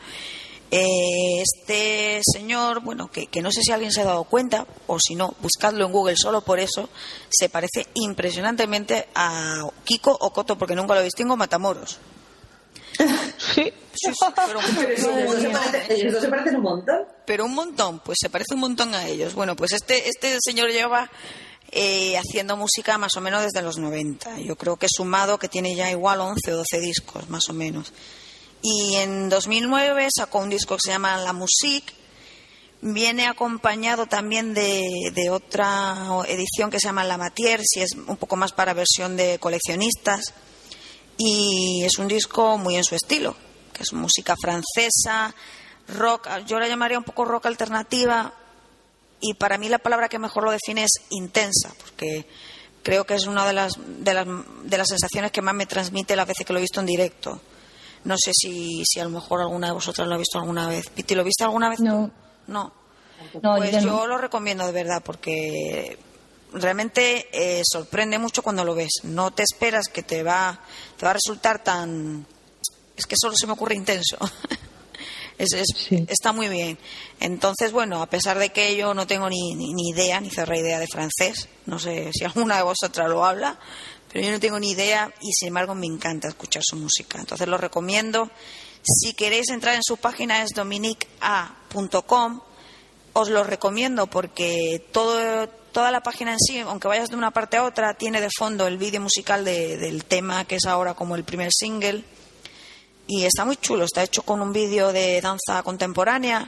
Este señor, bueno, que no sé si alguien se ha dado cuenta, o si no, buscadlo en Google solo por eso, se parece impresionantemente a Kiko o Coto, porque nunca lo distingo, Matamoros. Sí. Sí, pero Ellos dos se parecen un montón. Pero un montón, pues se parece un montón a ellos. Bueno, pues este señor lleva haciendo música más o menos desde los 90. Yo creo que sumado que tiene ya igual 11 o 12 discos, más o menos. Y en 2009 sacó un disco que se llama La Musique. Viene acompañado también de otra edición que se llama La Matière, si es un poco más para versión de coleccionistas. Y es un disco muy en su estilo, que es música francesa, rock, yo la llamaría un poco rock alternativa, y para mí la palabra que mejor lo define es intensa, porque creo que es una de las sensaciones que más me transmite las veces que lo he visto en directo. No sé si a lo mejor alguna de vosotras lo ha visto alguna vez. Piti, ¿lo viste alguna vez? No. Pues yo lo recomiendo de verdad, porque realmente sorprende mucho cuando lo ves. No te esperas que te va a resultar tan... Es que solo se me ocurre intenso. Sí. Está muy bien. Entonces, bueno, a pesar de que yo no tengo ni idea, ni cerrada idea de francés, no sé si alguna de vosotras lo habla, pero yo no tengo ni idea y sin embargo me encanta escuchar su música. Entonces lo recomiendo. Si queréis entrar en su página es dominiquea.com. Os lo recomiendo porque toda la página en sí, aunque vayas de una parte a otra, tiene de fondo el vídeo musical del tema que es ahora como el primer single. Y está muy chulo, está hecho con un vídeo de danza contemporánea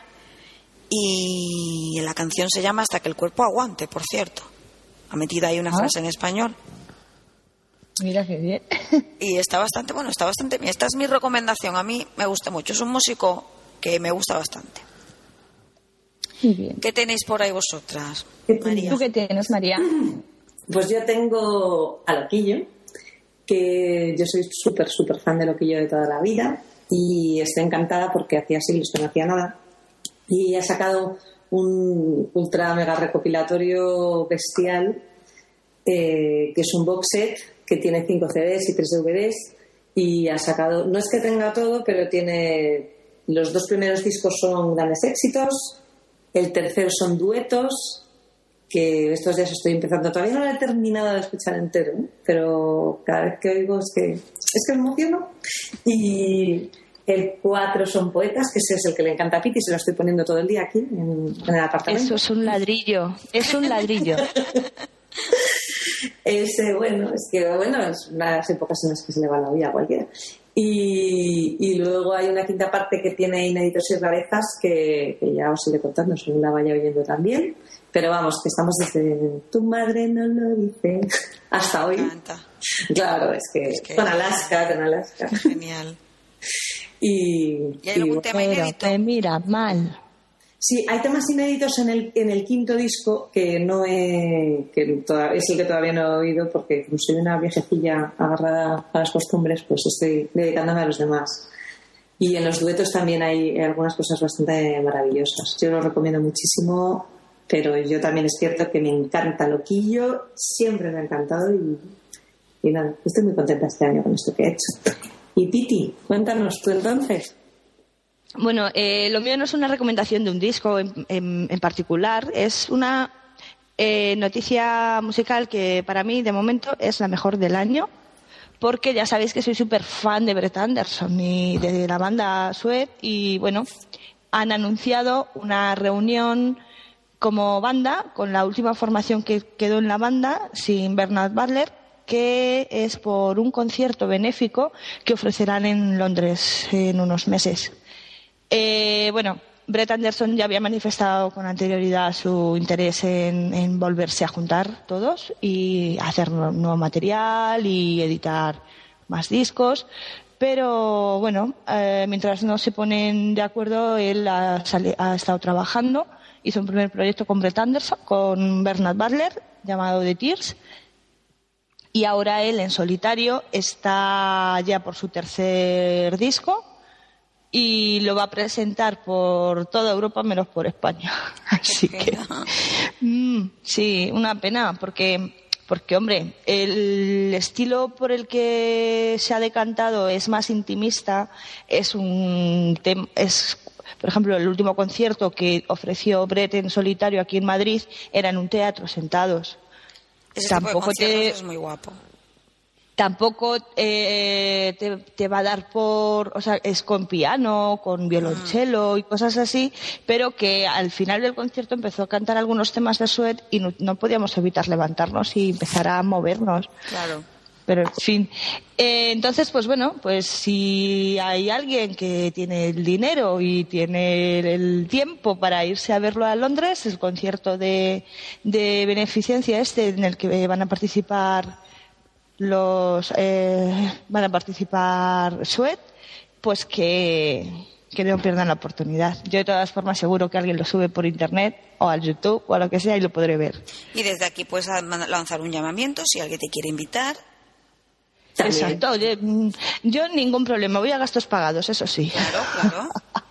y la canción se llama Hasta que el cuerpo aguante, por cierto. Ha metido ahí una frase en español. Mira qué bien. Y está bastante bien. Esta es mi recomendación, a mí me gusta mucho. Es un músico que me gusta bastante. Muy bien. ¿Qué tenéis por ahí vosotras, María? ¿Tú qué tienes, María? Pues yo tengo a Loquillo, que yo soy súper fan de Loquillo de toda la vida y estoy encantada porque hacía siglos que no hacía nada y ha sacado un ultra mega recopilatorio bestial que es un box set que tiene 5 CDs y 3 DVDs y ha sacado, no es que tenga todo, pero tiene los 2 primeros discos son grandes éxitos, el tercero son duetos, que estos días estoy empezando, todavía no lo he terminado de escuchar entero, ¿eh? Pero cada vez que oigo es que me emociono. Y el 4 son poetas, que ese es el que le encanta a Piti, se lo estoy poniendo todo el día aquí en el apartamento. Eso es un ladrillo, Ese, bueno, es una de las épocas en las que se le va la vida a cualquiera. Y luego hay una quinta parte que tiene inéditos y rarezas que ya os iré contando según la vaya oyendo también. Pero vamos, que estamos desde Tu madre no lo dice hasta hoy. Claro, es que con Alaska. Genial. ¿Y hay algún tema inédito? Te mira mal. Sí, hay temas inéditos en el quinto disco que no es el que todavía no he oído porque como soy una viejecilla agarrada a las costumbres, pues estoy dedicándome a los demás. Y en los duetos también hay algunas cosas bastante maravillosas. Yo lo recomiendo muchísimo, pero yo también es cierto que me encanta Loquillo, siempre me ha encantado y nada, estoy muy contenta este año con esto que he hecho. Y Piti, cuéntanos tú entonces. Bueno, lo mío no es una recomendación de un disco en particular, es una noticia musical que para mí de momento es la mejor del año, porque ya sabéis que soy súper fan de Brett Anderson y de la banda Suede y bueno, han anunciado una reunión como banda con la última formación que quedó en la banda sin Bernard Butler, que es por un concierto benéfico que ofrecerán en Londres en unos meses. Bueno, Brett Anderson ya había manifestado con anterioridad su interés en volverse a juntar todos y hacer nuevo material y editar más discos, pero bueno, mientras no se ponen de acuerdo, él ha estado trabajando, hizo un primer proyecto con Brett Anderson, con Bernard Butler, llamado The Tears, y ahora él en solitario está ya por su tercer disco y lo va a presentar por toda Europa menos por España. Así que sí, una pena porque hombre, el estilo por el que se ha decantado es más intimista, por ejemplo, el último concierto que ofreció Brett en solitario aquí en Madrid era en un teatro sentados. Ese tipo de conciertos es muy guapo. Tampoco te va a dar o sea, es con piano, con violonchelo y cosas así, pero que al final del concierto empezó a cantar algunos temas de Sweat y no podíamos evitar levantarnos y empezar a movernos. Claro. Pero, en fin. Entonces, pues bueno, pues si hay alguien que tiene el dinero y tiene el tiempo para irse a verlo a Londres, el concierto de beneficencia en el que van a participar Sweat, pues que no pierdan la oportunidad. Yo de todas formas seguro que alguien lo sube por internet o al YouTube o a lo que sea y lo podré ver. Y desde aquí puedes lanzar un llamamiento si alguien te quiere invitar. También. Exacto. Yo ningún problema, voy a gastos pagados, eso sí. Claro.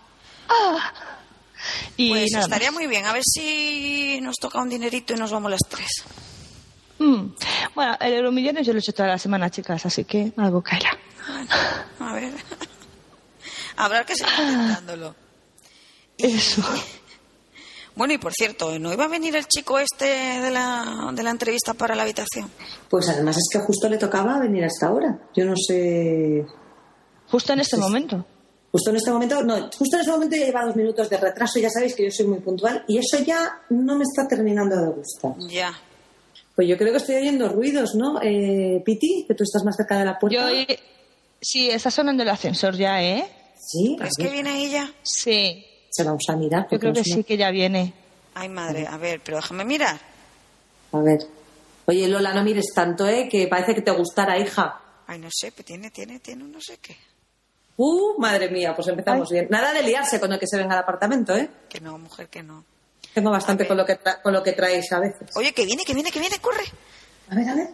Y pues nada estaría más. muy bien. A ver si nos toca un dinerito y nos vamos las 3. Bueno, el Euromillones yo lo he hecho toda la semana, chicas, así que algo caerá. A ver. Habrá que seguir intentándolo. Eso. Bueno, y por cierto, ¿no iba a venir el chico este de la entrevista para la habitación? Pues además es que justo le tocaba venir hasta ahora. Yo no sé... Justo en este momento. Justo en este momento ya lleva 2 minutos de retraso. Ya sabéis que yo soy muy puntual y eso ya no me está terminando de gustar. Ya. Pues yo creo que estoy oyendo ruidos, ¿no? Piti, que tú estás más cerca de la puerta. Sí, está sonando el ascensor ya, ¿eh? Sí, ¿Es que viene ella? Sí. Se vamos a mirar. Yo creo que sí que ya viene. Ay, madre, a ver, pero déjame mirar. A ver. Oye, Lola, no mires tanto, que parece que te gustara, hija. Ay, no sé, pero tiene un no sé qué. Madre mía, pues empezamos bien. Nada de liarse con el que se venga al apartamento, ¿eh? Que no, mujer, que no. Tengo bastante con lo que traéis a veces. Oye, que viene, corre. A ver.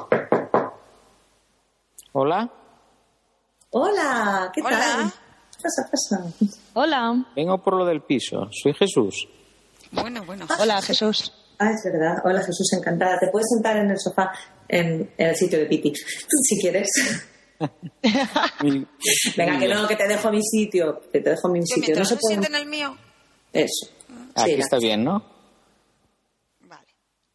Hola. Hola, ¿qué Hola. tal? Pasa. Hola. Vengo por lo del piso. Soy Jesús. Bueno. Hola, Jesús. Ah, es verdad. Hola, Jesús, encantada. Te puedes sentar en el sofá en el sitio de Piti, si quieres. Venga, que te dejo mi sitio. Que mientras no se siente en el mío. Eso. Aquí está bien, ¿no? Vale.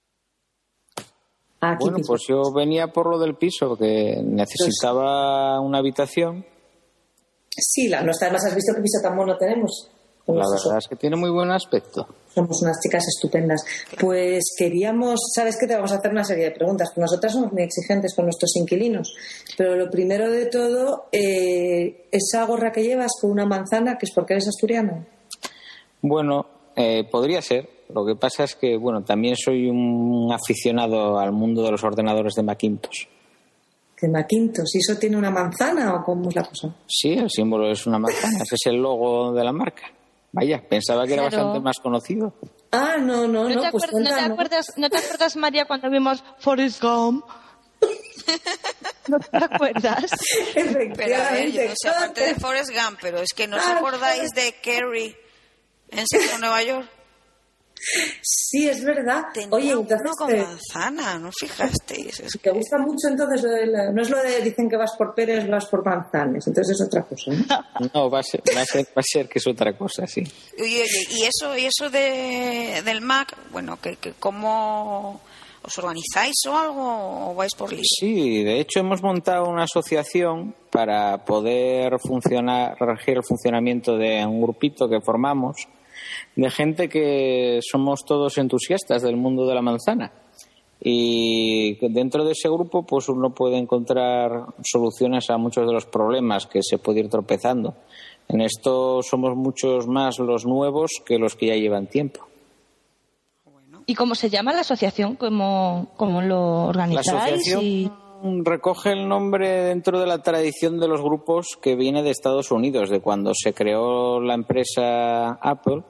Aquí Bueno, mismo. pues yo venía por lo del piso, que necesitaba una habitación. Sí, la nuestra. Además, has visto qué piso tan mono tenemos. La verdad es que tiene muy buen aspecto. Somos unas chicas estupendas. Pues queríamos, ¿sabes qué? Te vamos a hacer una serie de preguntas. Nosotras somos muy exigentes con nuestros inquilinos. Pero lo primero de todo, esa gorra que llevas con una manzana, que es porque eres asturiano. Bueno, podría ser. Lo que pasa es que, bueno, también soy un aficionado al mundo de los ordenadores de Macintosh. ¿De Macintosh? ¿Y eso tiene una manzana o cómo es la cosa? Sí, el símbolo es una manzana. Ese es el logo de la marca. Vaya, pensaba que era bastante más conocido. Ah, no. Pues ¿No te acuerdas, María, cuando vimos Forrest Gump? ¿No te acuerdas? Pero a ver, yo no sé, aparte de Forrest Gump, pero es que no os acordáis de Carrie en Sexo Nueva York. Sí, es verdad. Tenía Oye, uno entonces con manzana, ¿no fijasteis? Es te gusta mucho entonces no es lo de dicen que vas por peres, vas por manzanas, entonces es otra cosa, ¿no? No, va a ser que es otra cosa, sí. Oye, y eso del Mac, bueno, que ¿cómo os organizáis o algo o vais por libre? Sí, de hecho hemos montado una asociación para poder regir el funcionamiento de un grupito que formamos de gente que somos todos entusiastas del mundo de la manzana. Y dentro de ese grupo pues uno puede encontrar soluciones a muchos de los problemas que se puede ir tropezando. En esto somos muchos más los nuevos que los que ya llevan tiempo. ¿Y cómo se llama la asociación? ¿Cómo lo organizáis? La asociación recoge el nombre dentro de la tradición de los grupos que viene de Estados Unidos, de cuando se creó la empresa Apple.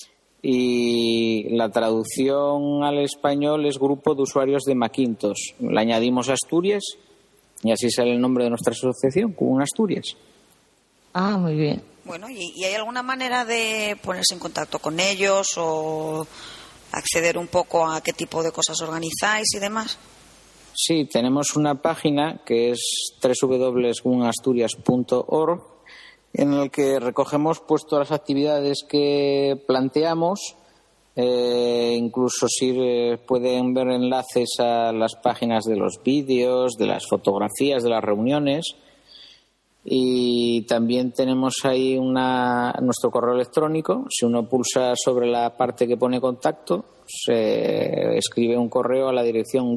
Y la traducción al español es Grupo de Usuarios de Macintosh. Le añadimos Asturias y así sale el nombre de nuestra asociación, como Asturias. Ah, muy bien. Bueno, ¿y hay alguna manera de ponerse en contacto con ellos o acceder un poco a qué tipo de cosas organizáis y demás? Sí, tenemos una página que es www.gunasturias.org en el que recogemos pues todas las actividades que planteamos Incluso pueden ver enlaces a las páginas de los vídeos, de las fotografías de las reuniones. Y también tenemos ahí nuestro correo electrónico. Si uno pulsa sobre la parte que pone contacto, se escribe un correo a la dirección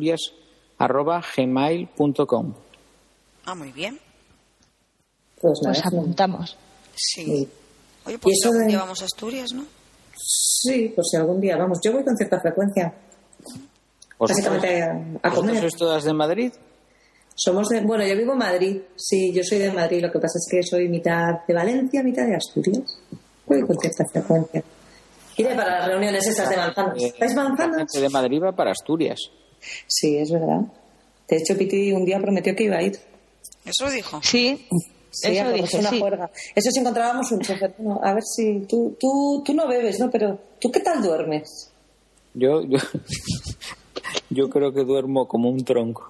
gunasturias@gmail.com. Muy bien. Pues nada, apuntamos. Sí. Oye, pues eso algún de- día vamos a Asturias, ¿no? Sí, pues si algún día vamos. Yo voy con cierta frecuencia. Básicamente a ¿Vosotros comer. sois todas de Madrid? Bueno, yo vivo en Madrid. Sí, yo soy de Madrid. Lo que pasa es que soy mitad de Valencia, mitad de Asturias. Voy con cierta frecuencia. Iré para las reuniones esas de manzanas. ¿Estáis La manzanas? gente de Madrid va para Asturias. Sí, es verdad. De hecho, Piti un día prometió que iba a ir. Eso dijo. Sí, Sí, eso a dije, comerse una sí. juerga. Eso si encontrábamos un chofer. No, a ver si tú no bebes, ¿no? Pero ¿tú qué tal duermes? Yo creo que duermo como un tronco.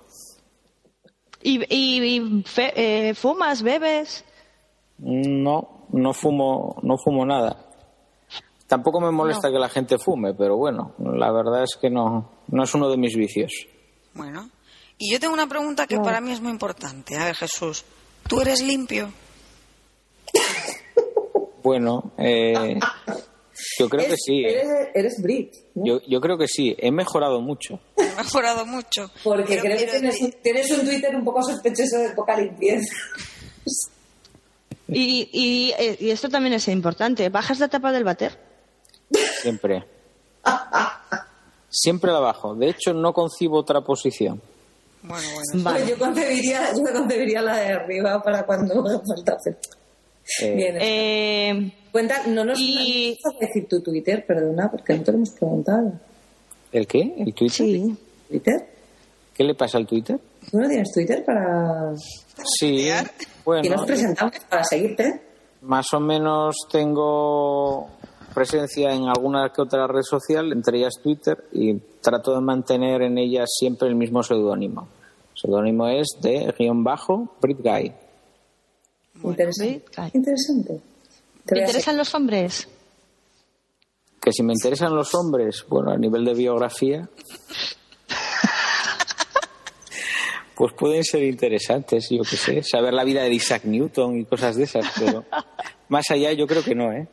¿Y fumas, bebes? No fumo nada. Tampoco me molesta que la gente fume, pero bueno, la verdad es que no es uno de mis vicios. Bueno. Y yo tengo una pregunta que para mí es muy importante. A ver, Jesús, ¿tú eres limpio? Bueno, yo creo que sí. Eres Brit, ¿no? Yo creo que sí. He mejorado mucho. He mejorado mucho. Porque Pero creo que tienes un Twitter un poco sospechoso de poca limpieza. Y esto también es importante. ¿Bajas la tapa del váter? Siempre. Siempre la bajo. De hecho, no concibo otra posición. Bueno. Vale. Yo concebiría la de arriba para cuando haga falta hacer. Bien. Cuenta, no nos vas a decir tu Twitter, perdona, porque no te lo hemos preguntado. ¿El qué? ¿El Twitter? Sí. ¿Twitter? ¿Qué le pasa al Twitter? ¿Tú no tienes Twitter para...? Sí, ¿Y bueno, nos presentamos para seguirte? más o menos tengo presencia en alguna que otra red social, entre ellas Twitter, y trato de mantener en ellas siempre el mismo seudónimo. El seudónimo es de _BritGuy. Interesante. Guy. Interesante. ¿Te interesan los hombres? Que si me interesan los hombres, bueno, a nivel de biografía, pues pueden ser interesantes, yo qué sé, saber la vida de Isaac Newton y cosas de esas, pero más allá yo creo que no, ¿eh?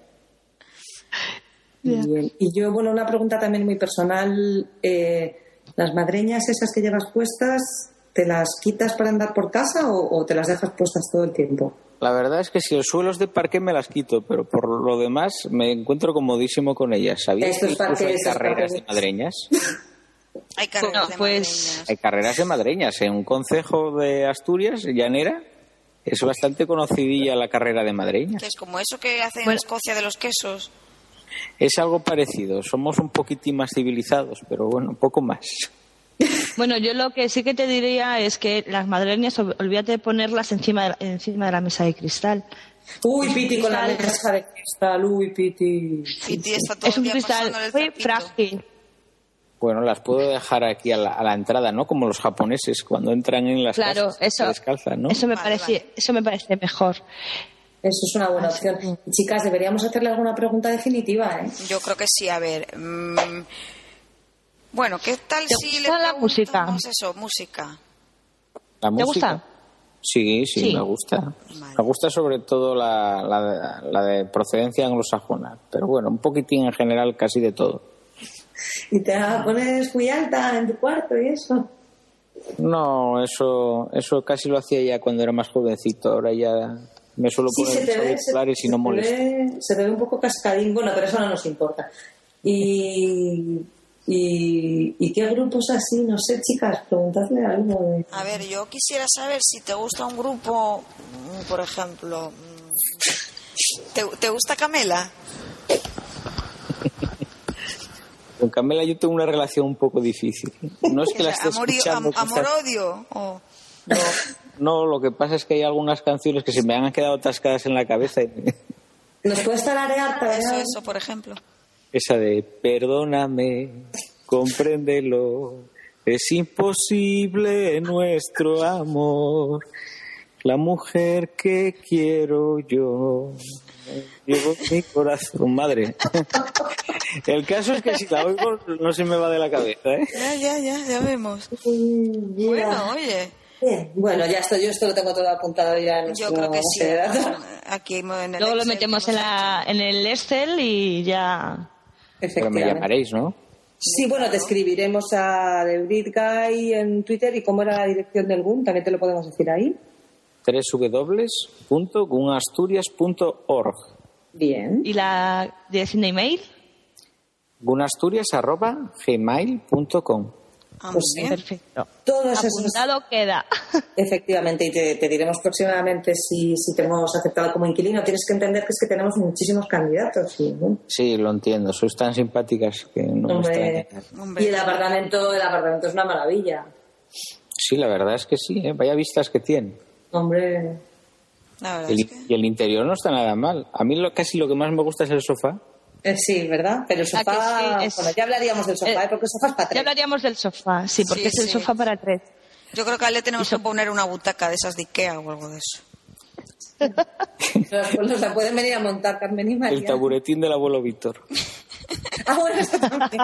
Bien. Y yo, bueno, una pregunta también muy personal. ¿Las madreñas esas que llevas puestas, te las quitas para andar por casa o te las dejas puestas todo el tiempo? La verdad es que si el suelo es de parqué me las quito, pero por lo demás me encuentro comodísimo con ellas. ¿Sabías que incluso hay carreras de madreñas? Hay carreras de pues madrileñas. Hay carreras de madreñas. En un concejo de Asturias, llanera, es bastante conocidilla la carrera de madreñas. Que es como eso que hacen en Escocia de los quesos. Es algo parecido. Somos un poquitín más civilizados, pero bueno, un poco más. Bueno, yo lo que sí que te diría es que las madreñas, olvídate de ponerlas encima de la mesa de cristal. Uy, Piti, con la mesa de cristal. Uy, Piti. Piti está todo Es el un día cristal pasándole el muy trapito. frágil. Bueno, las puedo dejar aquí a la entrada, ¿no? Como los japoneses cuando entran en las Claro, casas, se descalzan, ¿no? eso me Vale, parece mejor. Eso es una buena opción. Chicas, deberíamos hacerle alguna pregunta definitiva, ¿eh? Yo creo que sí, a ver. Bueno, ¿qué tal ¿Te si gusta le la música? preguntamos eso, música? ¿La ¿Te música? gusta? Sí, Sí. me gusta. Vale. Me gusta sobre todo la de procedencia anglosajona, pero bueno, un poquitín en general casi de todo. Y te la pones muy alta en tu cuarto y eso. No, eso casi lo hacía ya cuando era más jovencito, ahora ya me suelo Sí, poner los auriculares y no molesta. Se te ve un poco cascadín. Bueno, pero eso no nos importa. ¿Y qué grupos así? No sé, chicas, preguntadle algo de... A ver, yo quisiera saber si te gusta un grupo, por ejemplo. ¿Te gusta Camela? Con Camela yo tengo una relación un poco difícil. No es que la esté escuchando. ¿Amor-odio? O... No, lo que pasa es que hay algunas canciones que se me han quedado atascadas en la cabeza. ¿Nos puedes tararear? Eso, por ejemplo. Esa de perdóname, compréndelo, es imposible nuestro amor, la mujer que quiero yo Llevo mi corazón, madre. El caso es que si la oigo no se me va de la cabeza, ¿eh? Ya vemos. Ya. Bueno, oye. Bien. Bueno, ya esto, yo esto lo tengo todo apuntado ya en Yo nuestro creo que sí. base de datos. Aquí en el Luego lo Excel metemos que en, hemos en el Excel y ya. Pero me Efectivamente. llamaréis, ¿no? Sí, bueno, te escribiremos a The Brit Guy en Twitter. ¿Y cómo era la dirección del GUN? También te lo podemos decir ahí. www.gunasturias.org. Bien. ¿Y la dirección de email? gunasturias@gmail.com. Ah, muy Pues bien. Perfecto. Todos esos. Apuntado queda. Efectivamente, y te diremos próximamente si te hemos aceptado como inquilino. Tienes que entender que es que tenemos muchísimos candidatos. Y, bueno, Sí, lo entiendo. Sois tan simpáticas que no me hombre, extraña. Hombre. y el apartamento es una maravilla. Sí, la verdad es que sí, ¿eh? Vaya vistas que tiene. Hombre, La verdad Y es que... el interior no está nada mal. A mí casi lo que más me gusta es el sofá. sí, ¿verdad? Pero el Ah, que sofá, sí, es- bueno, ya hablaríamos del sofá, porque el sofá es para Ya tres. hablaríamos del sofá, sí, porque Sí, es el sí. sofá para 3. Yo creo que a él le tenemos que poner una butaca de esas de Ikea o algo de eso. Nos la pueden venir a montar Carmen y María. El taburetín del abuelo Víctor. Ah, bueno, eso también.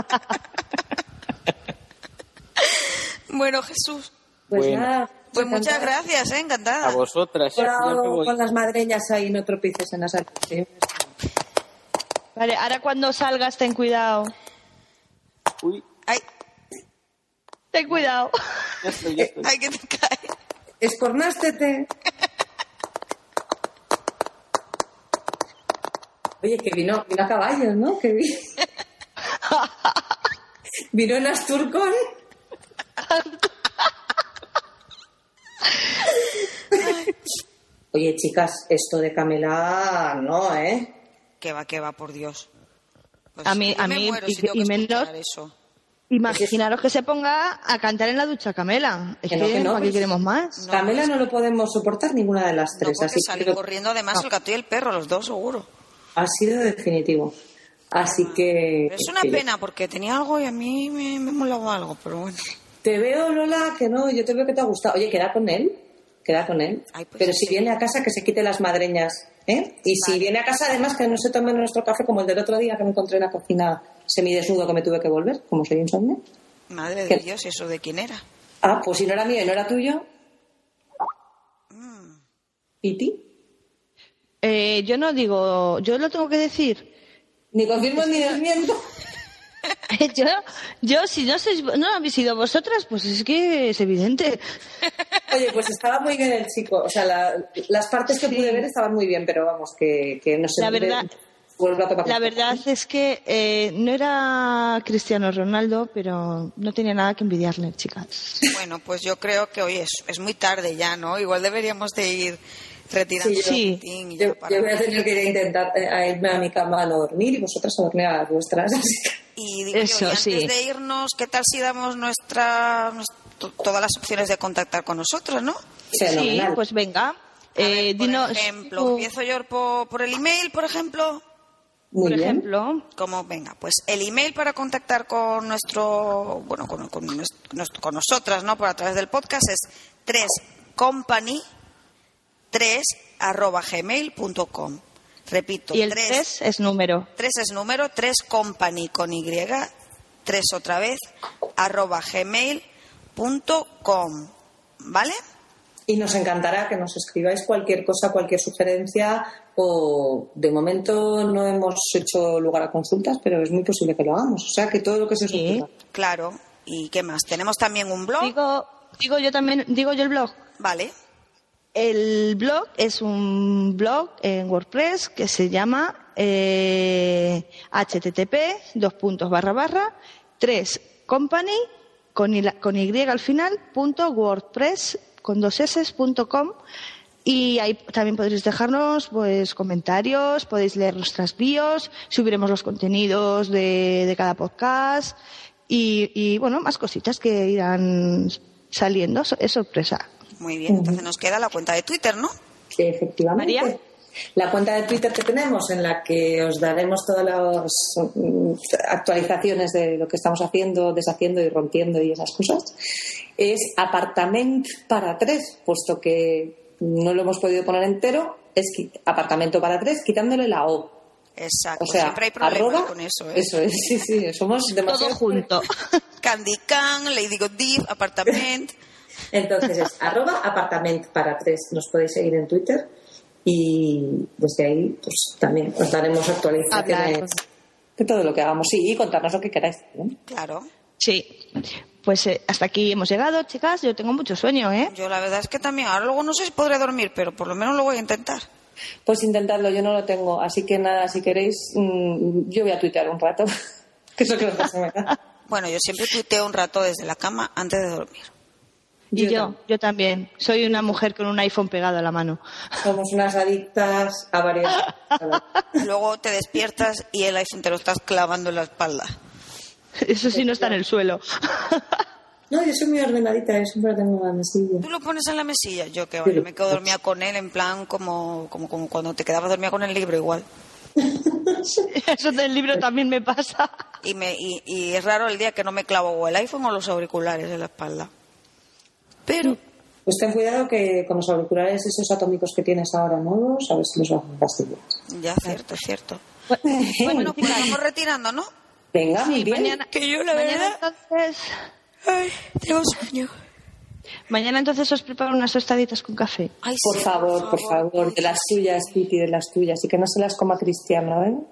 Bueno, Jesús. Pues Bueno. nada. Pues muchas gracias, encantada. A vosotras. Ya me Cuidado voy. con las madreñas ahí, no tropieces en las habitaciones. Vale, ahora cuando salgas ten cuidado. Uy, Ay, Ten cuidado. ya estoy. ay, que te cae. Escornástete. Oye, que vino a caballo, ¿no? Que vino en Asturcón. Oye, chicas, esto de Camela, no, ¿eh? Que va, por Dios. Pues A mí- yo a me mí, muero y- si tengo y que menos- escuchar eso. Imaginaros que se ponga a cantar en la ducha, Camela. Es Que que, no, que no, ¿para qué pues- queremos más? No, Camela no lo podemos soportar ninguna de las No, tres, porque así sale que corriendo además el gato y el perro, los dos seguro. ha sido definitivo. Así que... Pero es una que- pena porque tenía algo y a mí me molaba algo, pero bueno. Te veo, Lola, que no, yo te veo que te ha gustado. Oye, queda con él. Ay, pues Pero sí. si viene a casa, que se quite las madreñas, ¿eh? Y si viene a casa, además, que no se tome nuestro café como el del otro día que me encontré en la cocina semidesnudo que me tuve que volver, como soy insomne. Madre ¿Qué? de Dios, ¿eso de quién era? Ah, pues si no era mío y no era tuyo. Mm. ¿Piti? Yo no digo, yo lo tengo que decir. Ni confirmo ni desmiento. yo si no habéis sido vosotras, pues es que es evidente. Oye, pues estaba muy bien el chico. O sea, las partes que pude ver estaban muy bien, pero vamos, que no sé. La verdad- La verdad es que no era Cristiano Ronaldo, pero no tenía nada que envidiarle, chicas. Bueno, pues yo creo que hoy es muy tarde ya, ¿no? Igual deberíamos de ir retirando Sí, el boletín y ya Yo para- voy a tener que ir a intentar a irme a mi cama a no dormir y vosotras a dormir a las vuestras. Así que... Y digo Eso, yo, y antes sí. de irnos, ¿qué tal si damos todas las opciones de contactar con nosotros, no? Sí, Fenomenal. pues venga. A ver, por Dinos, ejemplo, empiezo yo por el email, por ejemplo. Muy por bien. ejemplo, Como venga, pues el email para contactar con nuestro, bueno, con nosotras, ¿no? Por a través del podcast es 3company3@gmail.com. Repito, y el 3 es número. 3 es número, 3company con Y, 3 otra vez, @gmail.com. ¿Vale? Y nos encantará que nos escribáis cualquier cosa, cualquier sugerencia. O de momento no hemos hecho lugar a consultas, pero es muy posible que lo hagamos. O sea, que todo lo que se os Sí. ocurra. Claro. ¿Y qué más? Tenemos también un blog. Digo yo el blog. Vale. El blog es un blog en WordPress que se llama http://3company con y al final .wordpress con 2s.com y ahí también podréis dejarnos pues comentarios, podéis leer nuestras bios, subiremos los contenidos de cada podcast y bueno, más cositas que irán saliendo, es sorpresa. Muy bien. Entonces nos queda la cuenta de Twitter, ¿no? Efectivamente. María. La cuenta de Twitter que tenemos, en la que os daremos todas las actualizaciones de lo que estamos haciendo, deshaciendo y rompiendo y esas cosas, es Apartament para 3, puesto que no lo hemos podido poner entero es apartamento para tres, quitándole la O. Exacto, O sea, siempre hay problemas arroba, con eso, ¿eh? Eso es, sí, somos demasiado... Todo junto. Candy Can, Lady Godiv, apartament. Entonces es @apartament para tres. Nos podéis seguir en Twitter y desde ahí pues también os daremos actualizaciones de todo lo que hagamos. Sí, y contarnos lo que queráis. ¿No? Claro. Sí. Pues hasta aquí hemos llegado, chicas. Yo tengo mucho sueño, ¿eh? Yo la verdad es que también, ahora luego no sé si podré dormir, pero por lo menos lo voy a intentar. Pues intentadlo, yo no lo tengo. Así que nada, si queréis, yo voy a tuitear un rato. Que es lo que mejor se me da. Bueno, yo siempre tuiteo un rato desde la cama antes de dormir. Y yo también. Soy una mujer con un iPhone pegado a la mano. Somos unas adictas a varias... Luego te despiertas y el iPhone te lo estás clavando en la espalda. Eso sí no está en el suelo. No, yo soy muy ordenadita, yo siempre lo tengo en la mesilla. ¿Tú lo pones en la mesilla? Yo que vale, me quedo dormida con él en plan como cuando te quedabas dormida con el libro igual. Eso del libro también me pasa. Y es raro el día que no me clavo o el iPhone o los auriculares en la espalda. Pero... Pues ten cuidado que con los auriculares esos atómicos que tienes ahora nuevos, a ver si los vas a fastidiar. Ya, cierto, es cierto. Bueno, pues vamos retirando, ¿no? Venga, muy bien. Mañana, Que yo la mañana verdad... entonces... Ay, tengo sueño. Mañana entonces os preparo unas tostaditas con café. Ay, Por sí, favor, de las tuyas, Piti, de las tuyas. Y que no se las coma Cristiano, ¿eh?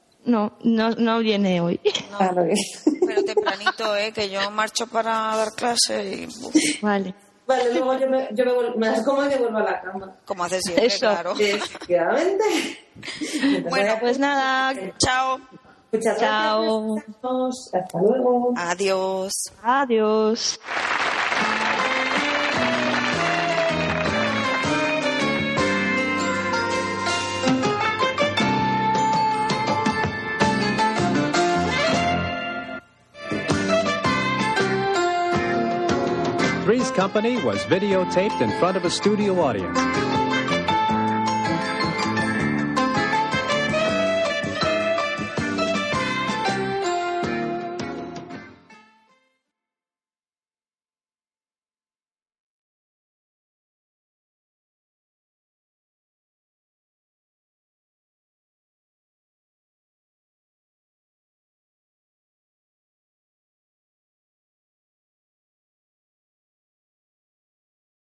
No viene hoy. No, Ah, no, bien. pero tempranito, que yo marcho para dar clase y... uf, Vale. Vale, luego me las como y me vuelvo a la cama. como haces siempre, Eso. claro. Efectivamente. Bueno, Pues nada. Chao. Muchas Chao. gracias. Hasta luego. Adiós. Adiós. Three's Company was videotaped in front of a studio audience.